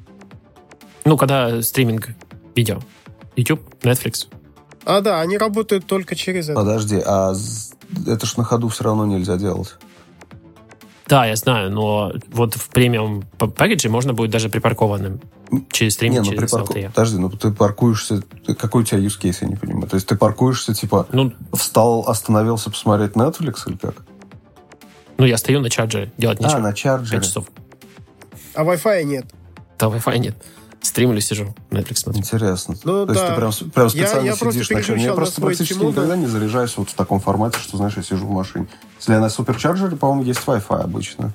Ну, когда стриминг видео. YouTube, Netflix. А, да, они работают только через это. Подожди, а з- это ж на ходу все равно нельзя делать. Да, я знаю, но вот в премиум пакетже можно будет даже припаркованным через стриминг, Не, ну через припарку... эл ти и. Подожди, ну ты паркуешься... ты- Какой у тебя use case, я не понимаю. То есть ты паркуешься, типа, Ну, встал, остановился посмотреть Netflix или как? ну, я стою на чарджере, делать нечего. А, на чарджере. пять часов. А Wi-Fi нет. Да, Wi-Fi нет. Стримлю, сижу, Netflix смотрю. Интересно. Ну, То есть да. ты прям, прям специально Я- я просто сидишь на чарджере. Я переключал на просто свой практически T-Mobile. никогда не заряжаюсь вот в таком формате, что, знаешь, я сижу в машине. Если я на суперчарджере, по-моему, есть Wi-Fi обычно.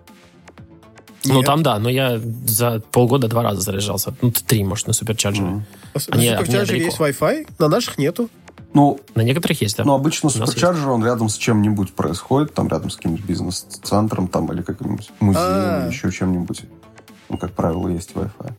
Ну, Нет. там, да, но я за полгода два раза заряжался. Ну, три, может, на суперчарджере. Мгм. На Они от меня суперчарджере далеко. есть Wi-Fi, на наших нету. Ну, На некоторых есть, да. ну, обычно У нас суперчарджер, он рядом с чем-нибудь происходит, там рядом с каким-нибудь бизнес-центром, там, или каким-нибудь музеем, А. или еще чем-нибудь. Ну, как правило, есть Wi-Fi.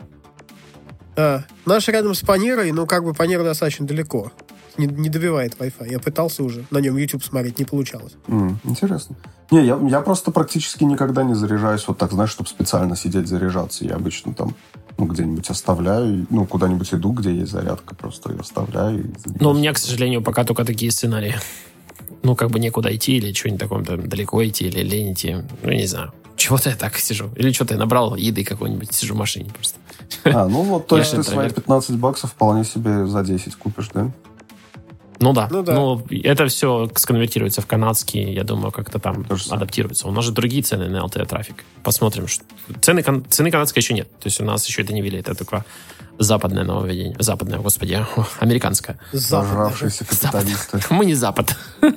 А, наш рядом с Панерой, ну, как бы Панера достаточно далеко. Не, не добивает Wi-Fi. Я пытался уже на нем YouTube смотреть, не получалось. М, интересно. Не, я, я просто практически никогда не заряжаюсь вот так, знаешь, чтобы специально сидеть заряжаться. Я обычно там, ну, где-нибудь оставляю, и, ну, куда-нибудь иду, где есть зарядка, просто ее оставляю. И занимаюсь. Но у меня, к сожалению, пока только такие сценарии. Ну, как бы некуда идти, или что-нибудь такое, там, далеко идти, или лень идти. Ну, не знаю. Чего-то я так сижу. Или что-то я набрал еды какой-нибудь, сижу в машине просто. А, ну вот, то Я есть ты интроверт. свои пятнадцать баксов вполне себе за десять купишь, да? Ну да. Ну да. Ну, это все сконвертируется в канадский, я думаю, как-то там То же самое. адаптируется. У нас же другие цены на эл ти и-трафик. Посмотрим. Что... Цены, кан- цены канадской еще нет. То есть у нас еще это не ввели. Это только западное нововведение. Западное, господи, американское. Запад даже. Зажравшиеся капиталисты. Мы не Запад.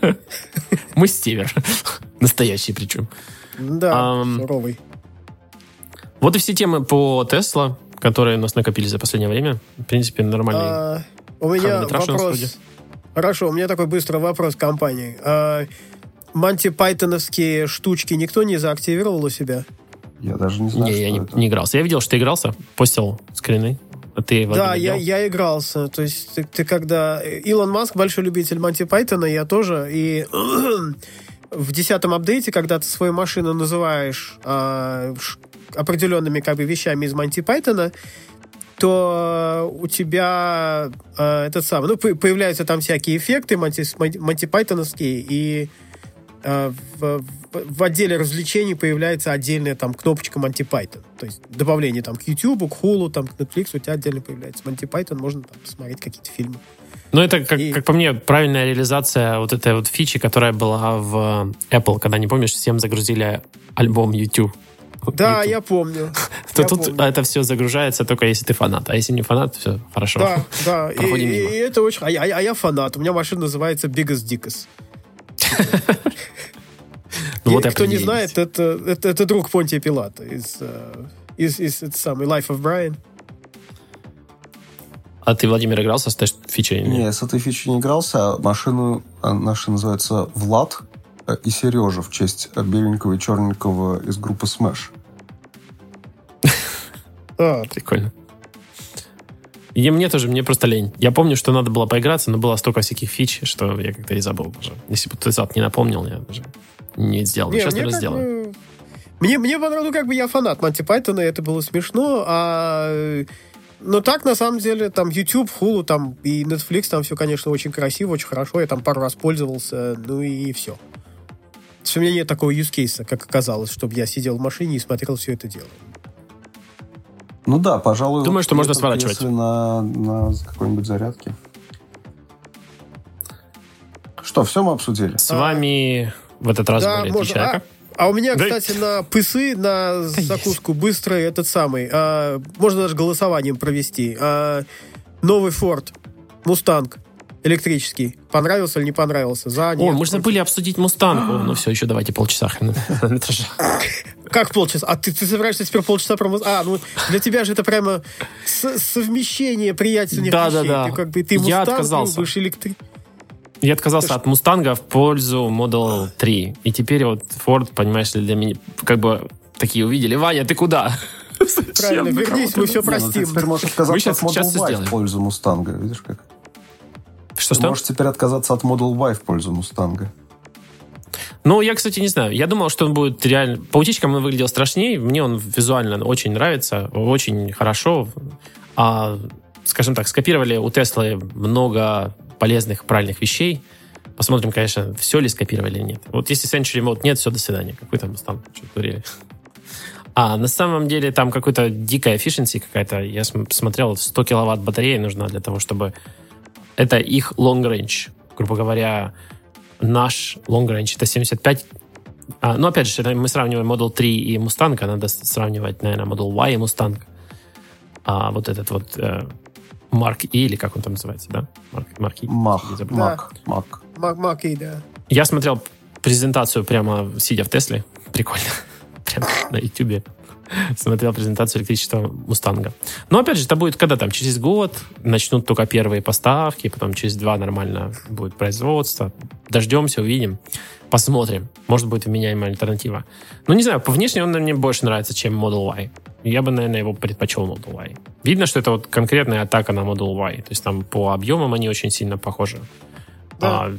Мы север. Настоящий причем. Да, Ам. суровый. Вот и все темы по Tesla, которые у нас накопились за последнее время. В принципе, нормальный. А, у меня хронометраж у нас вопрос. вроде. Хорошо, у меня такой быстрый вопрос к компании. А, Монти Пайтоновские штучки никто не заактивировал у себя? Я даже не знаю, Не, что я не, это. не игрался. Я видел, что ты игрался, постил скрины. А ты, Да, Владимир, я, играл? я игрался. То есть ты, ты когда... Илон Маск большой любитель Монти Пайтона, я тоже. И в десятом апдейте, когда ты свою машину называешь а, ш- определенными как бы вещами из Монти Пайтона, то у тебя а, этот самый... Ну, по- появляются там всякие эффекты Монти, Монти Пайтоновские, и а, в, в- в отделе развлечений появляется отдельная там кнопочка Монти Пайтон. То есть добавление там к YouTube, к Hulu, там, к Netflix у тебя отдельно появляется. Монти Пайтон, можно там посмотреть какие-то фильмы. Ну, это, как, И- как по мне, правильная реализация вот этой вот фичи, которая была в Apple, когда, не помнишь, всем загрузили альбом YouTube. Да, YouTube. я помню. То Я тут помню. это все загружается только если ты фанат. А если не фанат, все хорошо. Да, да. И, Проходим и- мимо. и это очень... А я, а я фанат. У меня машина называется Biggest Dickus. Ну, И вот и кто не определились. знает, это, это, это друг Понтия Пилата из, э, из, из это самый Life of Brian. А ты, Владимир, игрался с тест фичей? или нет? Не, с этой фичей не игрался. А машину а, наша называется Влад э, и Сережа в честь э, беленького и черненького из группы Smash. А, Прикольно. И мне тоже, мне просто лень. Я помню, что надо было поиграться, но было столько всяких фич, что я как-то и забыл уже. Если бы ты зад не напомнил, я даже не сделал. Но не, сейчас, мне наверное, как сделаю. бы- Мне, мне понравилось, ну, как бы я фанат Монти Пайтона, это было смешно, а... Но так, на самом деле, там YouTube, Hulu, там и Netflix, там все, конечно, очень красиво, очень хорошо, я там пару раз пользовался, ну и все. Потому что у меня нет такого use case, как оказалось, чтобы я сидел в машине и смотрел все это дело. Ну да, пожалуй... Думаю, вот что можно если сворачивать. на, на какой-нибудь зарядке. Что, все мы обсудили? С вами в этот раз Да, были три можно. человека. А, а у меня, Да. кстати, на пысы, на закуску быстрый этот самый, а, можно даже голосованием провести. А, новый Ford Мустанг электрический. Понравился или не понравился? За, О, нет, мы же забыли обсудить Мустанг. О, ну все, еще давайте полчаса. Как полчаса? А ты, ты собираешься теперь полчаса про Мустанг? А, ну для тебя же это прямо с- совмещение приятельных да, вещей. Да, да, Ты как бы ты Я Мустанг, отказался. будешь электри... Я отказался от Мустанга в пользу Model три. И теперь вот Ford, понимаешь ли, для меня как бы такие увидели. Ваня, ты куда? Правильно, вернись, мы все Не, ну ты простим. теперь можешь Мы отказаться щас- от щас Model всё Y сделаем. в пользу Мустанга. Видишь как? Ты Что-что? можешь теперь отказаться от Model Y в пользу Мустанга. Ну, я, кстати, не знаю. Я думал, что он будет реально... По утечкам он выглядел страшнее. Мне он визуально очень нравится. Очень хорошо. А, скажем так, скопировали у Теслы много полезных, правильных вещей. Посмотрим, конечно, все ли скопировали или нет. Вот если Century Mode нет, все, до свидания. Какой там там что творили. А на самом деле там какой-то дикая efficiency какая-то. Я см- смотрел, сто киловатт батареи нужна для того, чтобы... Это их long range. Грубо говоря, наш long range это семьдесят пять. А, ну, опять же, это мы сравниваем Model три и Mustang, а надо сравнивать, наверное, Model Y и Mustang. А вот этот вот э, Mark E, или как он там называется, да? Mark, Mark E. Мах, Я забыл. Мак, Мак. Мак, Мак и, да. Я смотрел презентацию прямо сидя в Тесле. Прикольно. Прямо на Ютубе. Смотрел презентацию электрического Мустанга. Но, опять же, это будет когда там? Через год начнут только первые поставки, потом через два нормально будет производство. Дождемся, увидим. Посмотрим. Может, будет вменяемая альтернатива. Ну, не знаю, по внешне он мне больше нравится, чем Model Y. Я бы, наверное, его предпочел Model Y. Видно, что это вот конкретная атака на Model Y. То есть там по объемам они очень сильно похожи. Да. А,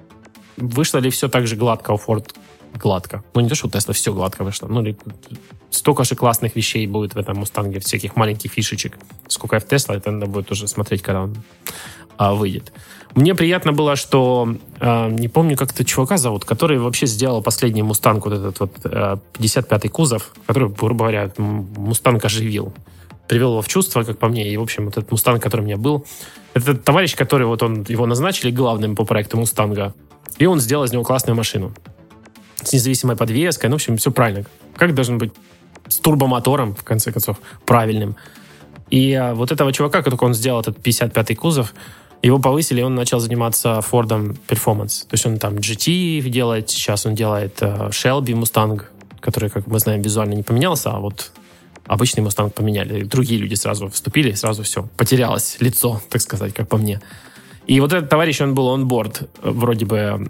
вышло ли все так же гладко у Ford? Гладко. Ну, не то, что у Tesla все гладко вышло. Ну, ли- столько же классных вещей будет в этом Мустанге, всяких маленьких фишечек. Сколько в Tesla, это надо будет уже смотреть, когда он а, выйдет. Мне приятно было, что а, не помню, как это чувака зовут, который вообще сделал последний Мустанг, вот этот вот а, пятьдесят пятый кузов, который, грубо говоря, м- Мустанг оживил. Привел его в чувство, как по мне. И, в общем, вот этот Мустанг, который у меня был, это товарищ, который вот он, его назначили главным по проекту Мустанга, и он сделал из него классную машину. С независимой подвеской, ну, в общем, все правильно. Как должен быть с турбомотором, в конце концов, правильным. И а, вот этого чувака, как только он сделал этот пятьдесят пятый кузов, его повысили, и он начал заниматься Ford'ом Performance. То есть он там джи ти делает, сейчас он делает а, Shelby Mustang, который, как мы знаем, визуально не поменялся, а вот обычный Mustang поменяли. И другие люди сразу вступили, и сразу все, потерялось лицо, так сказать, как по мне. И вот этот товарищ, он был онборд, вроде бы,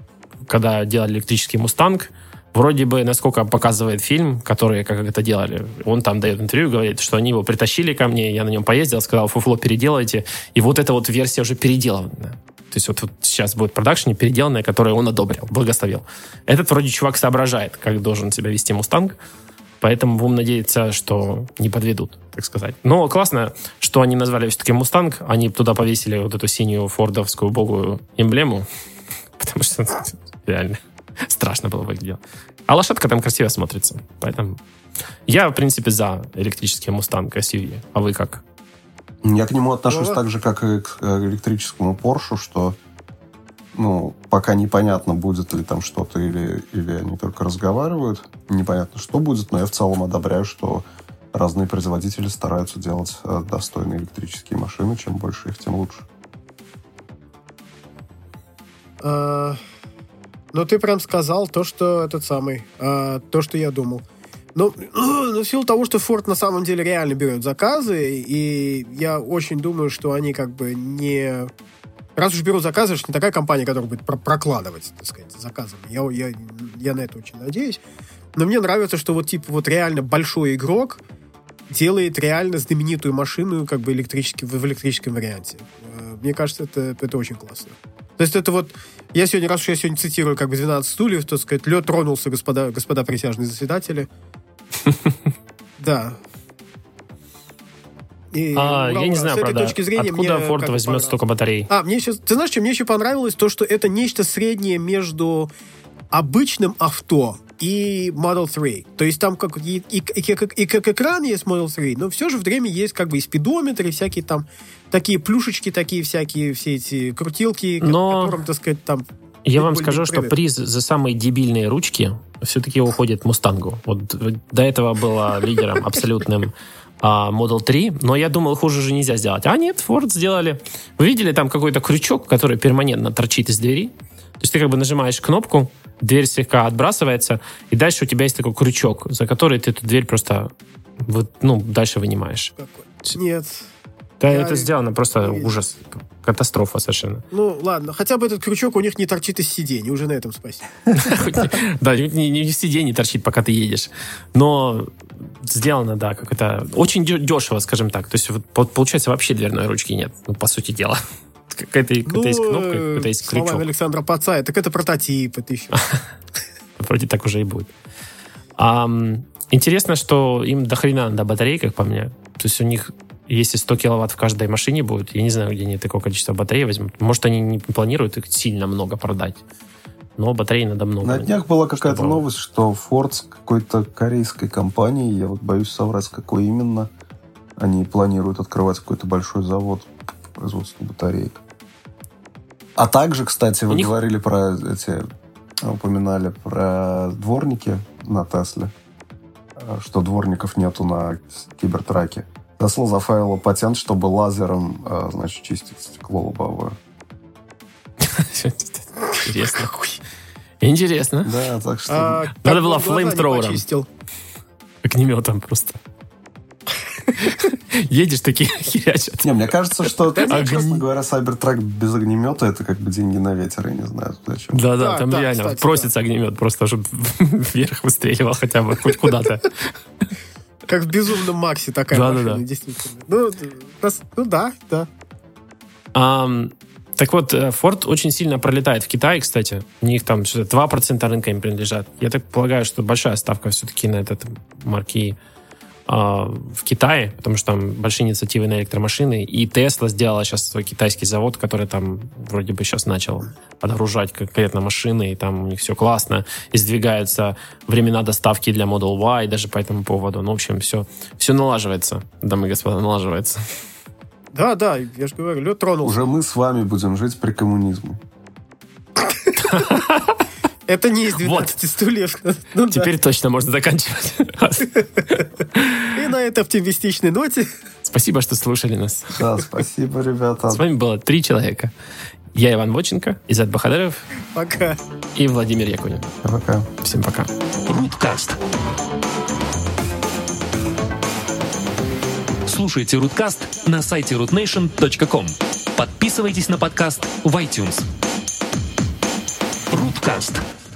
когда делали электрический Мустанг, вроде бы, насколько показывает фильм, который как это делали, он там дает интервью, говорит, что они его притащили ко мне, я на нем поездил, сказал, фуфло переделайте, и вот эта вот версия уже переделанная. То есть вот, вот сейчас будет в продакшене переделанная, которую он одобрил, благословил. Этот вроде чувак соображает, как должен себя вести Мустанг, поэтому будем надеяться, что не подведут, так сказать. Но классно, что они назвали все-таки Мустанг, они туда повесили вот эту синюю фордовскую убогую эмблему, потому что реально страшно было выглядело. А лошадка там красиво смотрится. Поэтому я, в принципе, за электрический Мустанг эс ю ви. А вы как? Я к нему отношусь Ну, так же, как и к э, электрическому Поршу, что ну, пока непонятно, будет ли там что-то, или, или они только разговаривают. Непонятно, что будет, но я в целом одобряю, что разные производители стараются делать э, достойные электрические машины. Чем больше их, тем лучше. А, ну, ты прям сказал то, что этот самый, а, то, что я думал. Ну, ну, в силу того, что Ford на самом деле реально берет заказы, и я очень думаю, что они как бы не... Раз уж берут заказы, что не такая компания, которая будет про- прокладывать, так сказать, заказами. Я, я, я на это очень надеюсь. Но мне нравится, что вот типа вот реально большой игрок делает реально знаменитую машину как бы электрически, в электрическом варианте. Мне кажется, это, это очень классно. То есть это вот... Я сегодня, раз уж я сегодня цитирую как бы двенадцать стульев, так сказать, лед тронулся, господа, господа присяжные заседатели. Да. И, А, ура, я не ура. знаю, С этой правда, точки зрения откуда мне Ford как бы возьмет понравилось. столько батарей? А, мне сейчас... Ты знаешь, что мне еще понравилось? То, что это нечто среднее между обычным авто и Model три. То есть там как и, и, и, как, и как экран есть Model три, но все же время есть как бы и спидометр, и всякие там такие плюшечки, такие всякие, все эти крутилки, Но... к которым, так сказать, там... Я вам прикольный скажу, что привет. приз за самые дебильные ручки все-таки уходит Мустангу. Вот до этого было лидером абсолютным а, Model три, но я думал, хуже же нельзя сделать. А нет, Ford сделали. Вы видели там какой-то крючок, который перманентно торчит из двери? То есть ты как бы нажимаешь кнопку, дверь слегка отбрасывается, и дальше у тебя есть такой крючок, за который ты эту дверь просто вот, ну, дальше вынимаешь. Какой? Нет. Да, Я это сделано просто не ужас. Катастрофа совершенно. Ну, ладно. Хотя бы этот крючок у них не торчит из сидений. Уже на этом спасибо. Да, не в сиденье торчит, пока ты едешь. Но сделано, да, как это... Очень дешево, скажем так. То есть получается вообще дверной ручки нет, ну, по сути дела. Какая-то есть кнопка, какая-то есть крючок. Словами Александра Пацая, так это прототип, это еще. Вроде так уже и будет. Интересно, что им дохрена надо батарей, как по мне. То есть у них... Если сто киловатт в каждой машине будет, я не знаю, где они такое количество батарей возьмут. Может, они не планируют их сильно много продать. Но батарей надо много. На днях была какая-то чтобы... новость, что Ford с какой-то корейской компанией, я вот боюсь соврать, какой именно, они планируют открывать какой-то большой завод по производству батареек. А также, кстати, вы них... говорили про эти... Упоминали про дворники на Тесле, что дворников нету на Кибертраке. Tesla зафайлила патент, чтобы лазером, значит, чистить стекло лобовое. Интересно. Интересно. Да, так что... А, надо было флеймтровером. Огнеметом просто. Едешь, такие херячат. Не, мне кажется, что, честно говоря, Cybertruck без огнемета — это как бы деньги на ветер, я не знаю зачем. Да-да, там реально просится огнемет просто, чтобы вверх выстреливал хотя бы хоть куда-то. Как в «Безумном Максе» такая да, машина, да, да. действительно. Ну, ну да, да. Um, так вот, Ford очень сильно пролетает в Китае, кстати. У них там что-то два процента рынка им принадлежат. Я так полагаю, что большая ставка все-таки на этот марки uh, в Китае, потому что там большие инициативы на электромашины. И Tesla сделала сейчас свой китайский завод, который там вроде бы сейчас начал подгружать конкретно машины, и там у них все классно. И сдвигаются времена доставки для Model Y даже по этому поводу. Ну, в общем, все, все налаживается, дамы и господа, налаживается. Да, да, я же говорю, лед тронулся. Уже мы с вами будем жить при коммунизме. Это не из двенадцати стульев. Ну, теперь да. Точно можно заканчивать. И на этой оптимистичной ноте... Спасибо, что слушали нас. Да, спасибо, ребята. С вами было три человека. Я Иван Воченко, Изат Бахадыров. Пока. И Владимир Якунин. Пока. Всем пока. Руткаст. Слушайте Руткаст на сайте рут нейшн точка ком. Подписывайтесь на подкаст в iTunes. Руткаст.